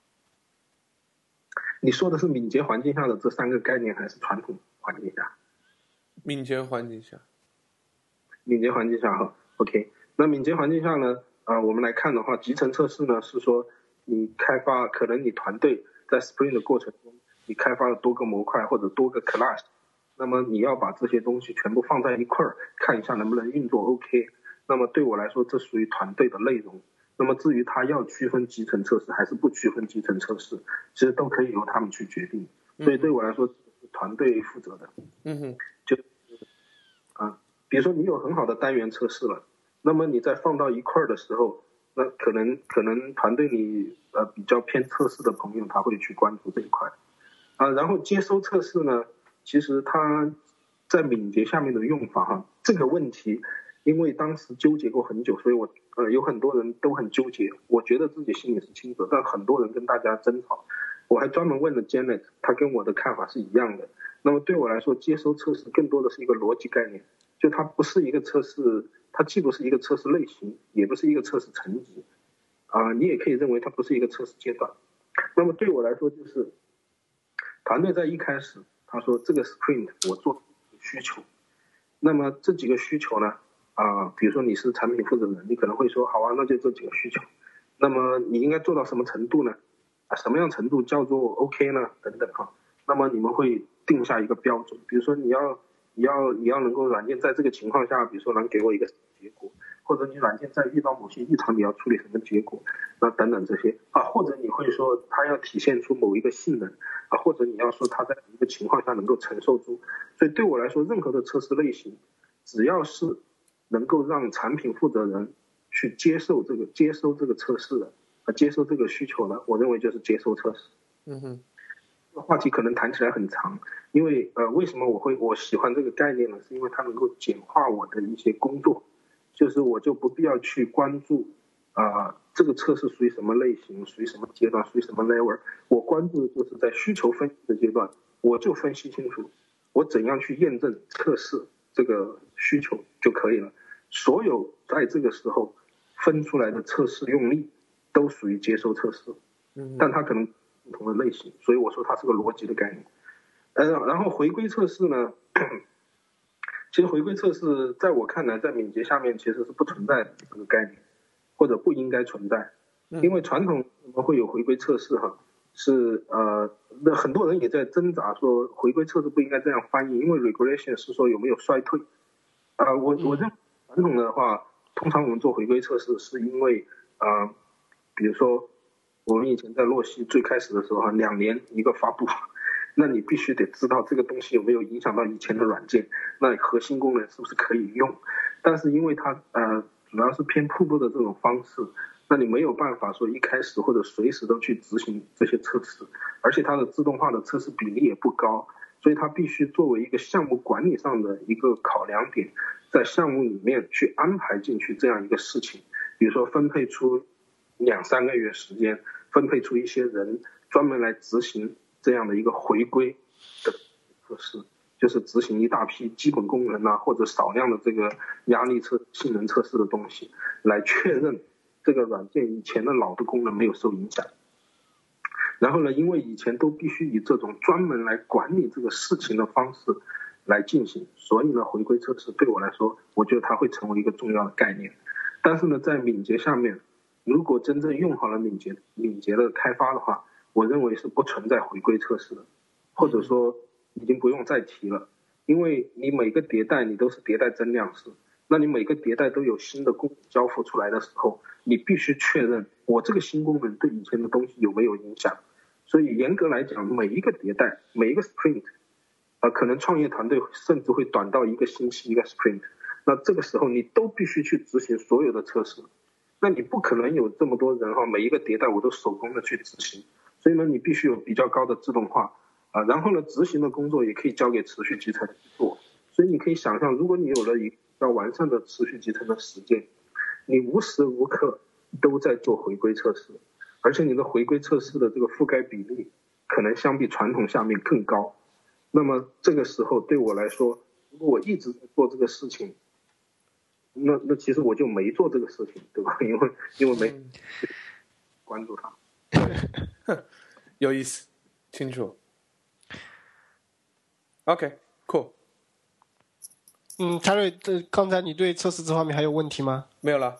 你说的是敏捷环境下的这三个概念，还是传统环境下？ 敏捷环境下， 敏捷环境下哈 ，OK。那敏捷环境下呢，啊、呃，我们来看的话，集成测试呢是说你开发，可能你团队在 Spring 的过程中， 你开发了多个模块或者多个 class， 那么你要把这些东西全部放在一块儿，看一下能不能运作 OK。那么对我来说，这属于团队的内容。那么至于他要区分集成测试还是不区分集成测试，其实都可以由他们去决定。所以对我来说，是团队负责的。 嗯哼， 就啊，比如说你有很好的单元测试了，那么你再放到一块儿的时候，那可能可能团队里呃比较偏测试的朋友他会去关注这一块。啊，然后接收测试呢，其实它在敏捷下面的用法哈，这个问题。因为当时纠结过很久，所以我呃有很多人都很纠结。我觉得自己心里是清楚，但很多人跟大家争吵。我还专门问了 Janet， 她跟我的看法是一样的。那么对我来说，接收测试更多的是一个逻辑概念，就它不是一个测试，它既不是一个测试类型，也不是一个测试层级，啊、呃，你也可以认为它不是一个测试阶段。那么对我来说，就是团队在一开始他说这个 sprint 我做需求，那么这几个需求呢？啊、呃，比如说你是产品负责人，你可能会说，好啊，那就这几个需求。那么你应该做到什么程度呢？啊，什么样程度叫做 OK 呢？等等哈。那么你们会定下一个标准，比如说你要你要你要能够软件在这个情况下，比如说能给我一个结果，或者你软件在遇到某些异常你要处理什么结果，那等等这些啊，或者你会说它要体现出某一个性能啊，或者你要说它在一个情况下能够承受住。所以对我来说，任何的测试类型，只要是能够让产品负责人去接受这个接收这个测试的，啊，接受这个需求的，我认为就是接收测试。 嗯哼， 这个话题可能谈起来很长，因为呃，为什么我会我喜欢这个概念呢？是因为它能够简化我的一些工作，就是我就不必要去关注啊、呃、这个测试属于什么类型，属于什么阶段，属于什么 level， 我关注的就是在需求分析的阶段，我就分析清楚我怎样去验证测试这个需求就可以了。所有在这个时候分出来的测试用例都属于接收测试，但它可能不同的类型，所以我说它是个逻辑的概念。呃，然后回归测试呢，其实回归测试在我看来，在敏捷下面其实是不存在的这个概念，或者不应该存在，因为传统会有回归测试哈，是呃，那很多人也在挣扎说回归测试不应该这样翻译，因为 regression 是说有没有衰退。啊、呃，我我认为传统的话，通常我们做回归测试是因为啊、呃，比如说我们以前在洛西最开始的时候哈，两年一个发布，那你必须得知道这个东西有没有影响到以前的软件，那核心功能是不是可以用？但是因为它呃主要是偏瀑布的这种方式，那你没有办法说一开始或者随时都去执行这些测试，而且它的自动化的测试比例也不高。所以它必须作为一个项目管理上的一个考量点，在项目里面去安排进去这样一个事情，比如说分配出两三个月时间，分配出一些人专门来执行这样的一个回归的测试，就是执行一大批基本功能啊，或者少量的这个压力测、性能测试的东西，来确认这个软件以前的老的功能没有受影响。然后呢，因为以前都必须以这种专门来管理这个事情的方式来进行，所以呢，回归测试对我来说，我觉得它会成为一个重要的概念。但是呢，在敏捷下面，如果真正用好了敏捷敏捷的开发的话，我认为是不存在回归测试的，或者说已经不用再提了，因为你每个迭代你都是迭代增量式，那你每个迭代都有新的功能交付出来的时候，你必须确认我这个新功能对以前的东西有没有影响。所以严格来讲，每一个迭代，每一个 sprint， 呃，可能创业团队甚至会短到一个星期一个 sprint， 那这个时候你都必须去执行所有的测试，那你不可能有这么多人哈，每一个迭代我都手工的去执行，所以呢，你必须有比较高的自动化啊，然后呢，执行的工作也可以交给持续集成去做，所以你可以想象，如果你有了一个比较完善的持续集成的实践，你无时无刻都在做回归测试。而且你的回归测试的这个覆盖比例可能相比传统下面更高，那么这个时候对我来说，如果我一直在做这个事情，那那其实我就没做这个事情，对吧？因为因为没关注它。 有意思，清楚。OK， cool。 嗯，泰瑞，这刚才你对测试这方面还有问题吗？ 没有了。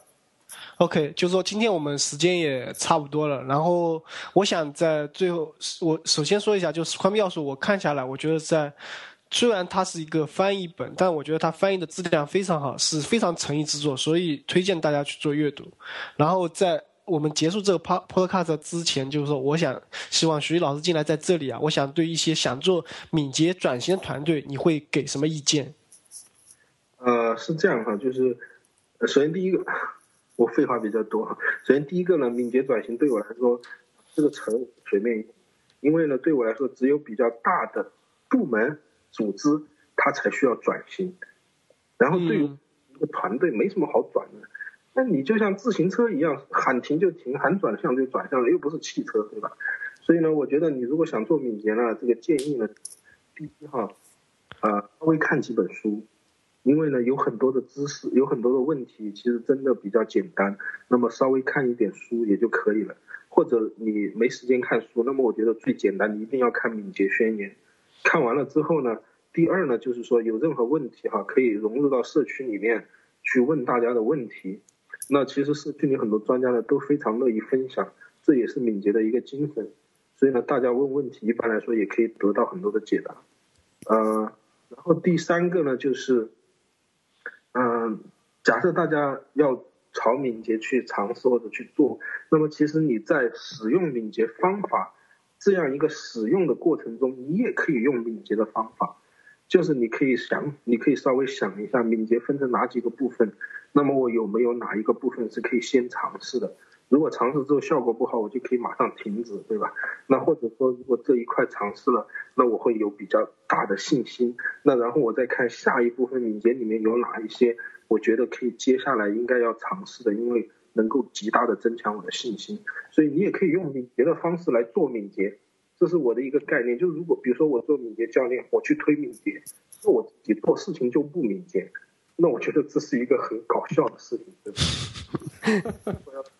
OK，就是说今天我们时间也差不多了，然后我想在最后，我首先说一下，就《史宽密要素》，我看下来，我觉得在虽然它是一个翻译本，但我觉得它翻译的质量非常好，是非常诚意之作，所以推荐大家去做阅读。然后在我们结束这个 podcast 之前，就是说，我想希望徐老师进来在这里啊，我想对一些想做敏捷转型的团队，你会给什么意见？ 呃，是这样哈，就是首先第一个。我废话比较多哈。首先第一个呢，敏捷转型对我来说这个词全面用，因为呢对我来说只有比较大的部门组织它才需要转型，然后对于一个团队没什么好转的。那你就像自行车一样，喊停就停，喊转向就转向了，又不是汽车，对吧？所以呢，我觉得你如果想做敏捷呢，这个建议呢，第一哈，呃，稍微看几本书。因为呢，有很多的知识，有很多的问题，其实真的比较简单。那么稍微看一点书也就可以了。或者你没时间看书，那么我觉得最简单，你一定要看《敏捷宣言》。看完了之后呢，第二呢，就是说有任何问题哈，可以融入到社区里面去问大家的问题。那其实社区里很多专家呢都非常乐意分享，这也是敏捷的一个精神。所以呢，大家问问题，一般来说也可以得到很多的解答。呃，然后第三个呢，就是。嗯，假设大家要朝敏捷去尝试或者去做，那么其实你在使用敏捷方法这样一个使用的过程中，你也可以用敏捷的方法，就是你可以想，你可以稍微想一下敏捷分成哪几个部分，那么我有没有哪一个部分是可以先尝试的？如果尝试之后效果不好，我就可以马上停止，对吧？那或者说，如果这一块尝试了，那我会有比较大的信心。那然后我再看下一部分敏捷里面有哪一些，我觉得可以接下来应该要尝试的，因为能够极大的增强我的信心。所以你也可以用敏捷的方式来做敏捷，这是我的一个概念。就是如果比如说我做敏捷教练，我去推敏捷，那我自己做事情就不敏捷，那我觉得这是一个很搞笑的事情，对吧？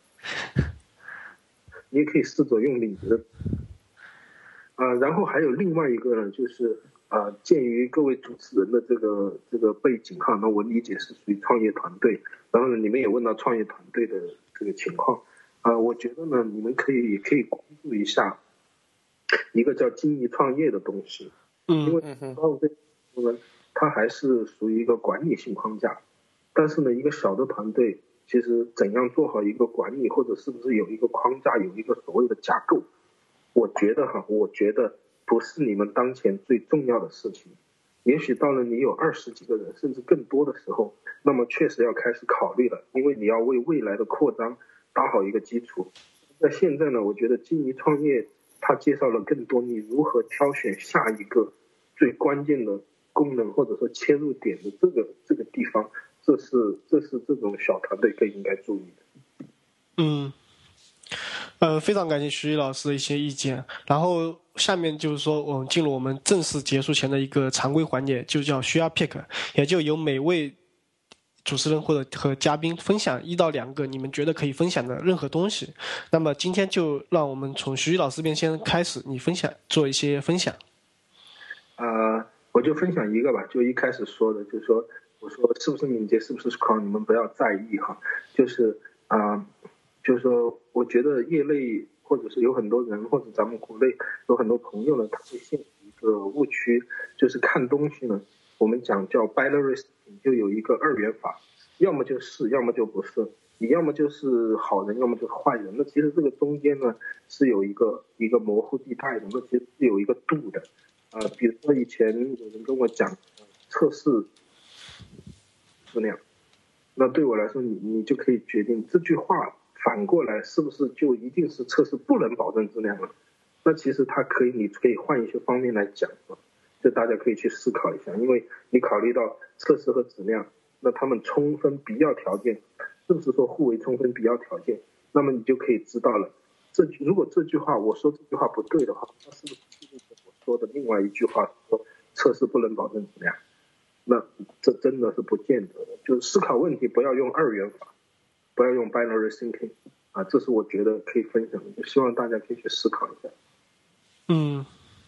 你也可以试着用敏捷的，呃，然后还有另外一个呢，就是呃，鉴于各位主持人的这个这个背景哈，那我理解是属于创业团队，然后呢，你们也问到创业团队的这个情况，啊、呃，我觉得呢，你们可以也可以关注一下一个叫精益创业的东西， 嗯， 因为创业这个呢，它还是属于一个管理性框架，但是呢，一个小的团队。其实怎样做好一个管理，或者是不是有一个框架，有一个所谓的架构，我觉得哈，我觉得不是你们当前最重要的事情。也许到了你有二十几个人，甚至更多的时候，那么确实要开始考虑了，因为你要为未来的扩张打好一个基础。那现在呢，我觉得精益创业它介绍了更多你如何挑选下一个最关键的功能或者说切入点的这个这个地方。这是这是这种小团队更应该注意的。 嗯，呃，非常感谢徐老师的一些意见。然后下面就是说，我们进入我们正式结束前的一个常规环节，就叫需要 pick， 也就由每位主持人或者和嘉宾分享一到两个你们觉得可以分享的任何东西。那么今天就让我们从徐老师这边先开始，你分享做一些分享。 呃，我就分享一个吧，就一开始说的，就是说。我说是不是敏捷，是不是 Scrum， 你们不要在意哈，就是啊、呃，就是说，我觉得业内或者是有很多人，或者咱们国内有很多朋友呢，他会陷入一个误区，就是看东西呢，我们讲叫 binary， 就有一个二元法，要么就是，要么就不是，你要么就是好人，要么就是坏人。那其实这个中间呢是有一个一个模糊地带的，那其实是有一个度的，啊、呃，比如说以前有人跟我讲测试。质量，那对我来说，你你就可以决定这句话反过来是不是就一定是测试不能保证质量了？那其实它可以，你可以换一些方面来讲，就大家可以去思考一下，因为你考虑到测试和质量，那他们充分必要条件是不是说互为充分必要条件？那么你就可以知道了，这如果这句话我说这句话不对的话，那是不是意味着我说的另外一句话说测试不能保证质量？那这真的是不见得的，就是思考问题不要用二元法，不要用 binary thinking 啊，这是我觉得可以分享的，就希望大家可以去思考一下。 嗯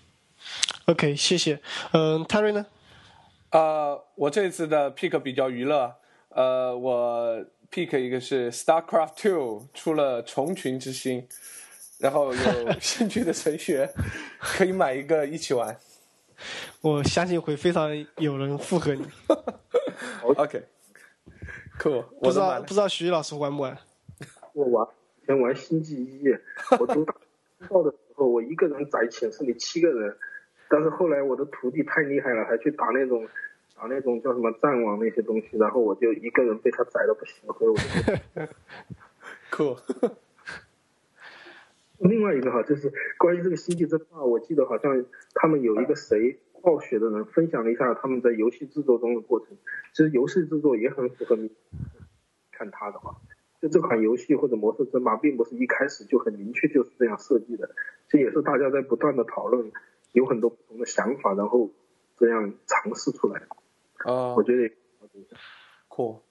，OK， 谢谢。嗯、呃、，Terry 呢？ 呃，我这次的 pick 比较娱乐，呃，我 pick 一个是 StarCraft 二出了虫群之星，然后有兴趣的程序员可以买一个一起玩。 我相信会非常有人附和你。 OK， cool。 不知道不知道徐老师玩不玩？ 我玩，以前玩星际一，我读大报的时候，我一个人宰寝室里七个人，但是后来我的徒弟太厉害了，还去打那种。打那种叫什么战网那些东西，然后我就一个人被他宰的不行，所以我就酷。 另外一个哈，就是关于这个星际争霸，我记得好像他们有一个谁暴雪的人分享了一下他们在游戏制作中的过程。其实游戏制作也很符合你看他的话，就这款游戏或者模式争霸，并不是一开始就很明确就是这样设计的，这也是大家在不断的讨论，有很多不同的想法，然后这样尝试出来的。 啊， 我觉得酷。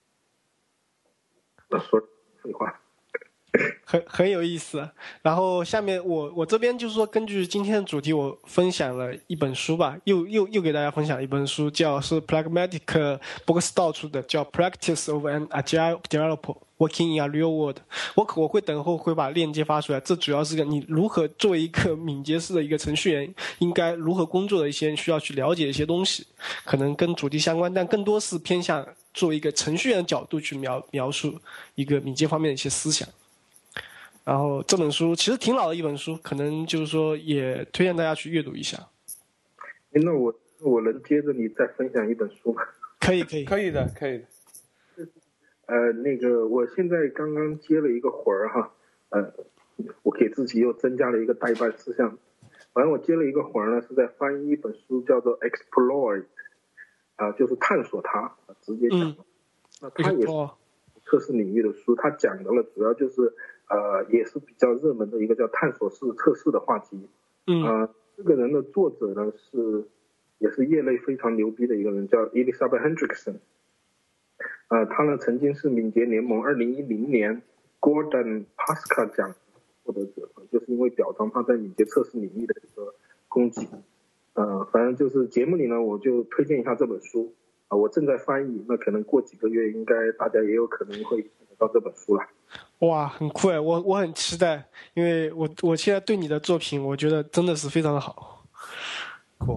我说废话， 很很有意思。然后下面我我这边就是说，根据今天的主题，我分享了一本书吧，又又又给大家分享了一本书，叫是 Pragmatic Bookstore 出的，叫 Practice of an Agile Developer Working in a Real World。我我会等后会把链接发出来。这主要是个你如何作为一个敏捷式的一个程序员，应该如何工作的一些需要去了解的一些东西，可能跟主题相关，但更多是偏向作为一个程序员的角度去描描述一个敏捷方面的一些思想。然后这本书其实挺老的一本书，可能就是说也推荐大家去阅读一下。 那我我能接着你再分享一本书吗？ 可以可以可以的可以的。 呃，那个我现在刚刚接了一个活儿哈，呃，我给自己又增加了一个代办事项。反正我接了一个活儿呢，是在翻译一本书，叫做 Explore， 啊、呃，就是探索它，直接讲。嗯、那它也是测试领域的书，它讲的了主要就是呃，也是比较热门的一个叫探索式测试的话题。 嗯。 呃，这个人的作者呢是也是业内非常牛逼的一个人，叫 Elizabeth Hendrickson。呃，他呢曾经是敏捷联盟二零一零年 Gordon Paska 奖获得者，就是因为表彰他在敏捷测试领域的一个功绩。呃，反正就是节目里呢，我就推荐一下这本书啊、呃，我正在翻译，那可能过几个月应该大家也有可能会看得到这本书了。 哇，很酷哎，我我很期待，因为我我现在对你的作品，我觉得真的是非常的好。 酷。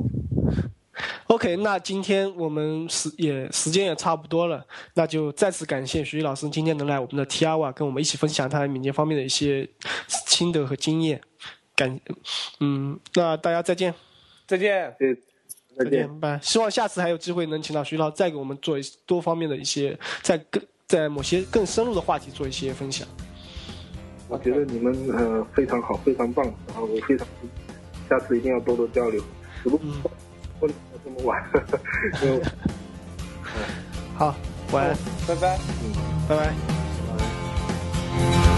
OK， 那今天我们时也时间也差不多了，那就再次感谢徐毅老师今天能来我们的 T R 跟我们一起分享他敏捷方面的一些心得和经验。感，嗯，那大家再见， 再见， 再见， 拜。希望下次还有机会能请到徐老师再给我们做多方面的一些，在更在某些更深入的话题做一些分享。 我觉得你们呃非常好，非常棒，然后我非常下次一定要多多交流。嗯。不能这么晚，因为好，晚安， 拜拜， 嗯， 拜拜。 拜拜。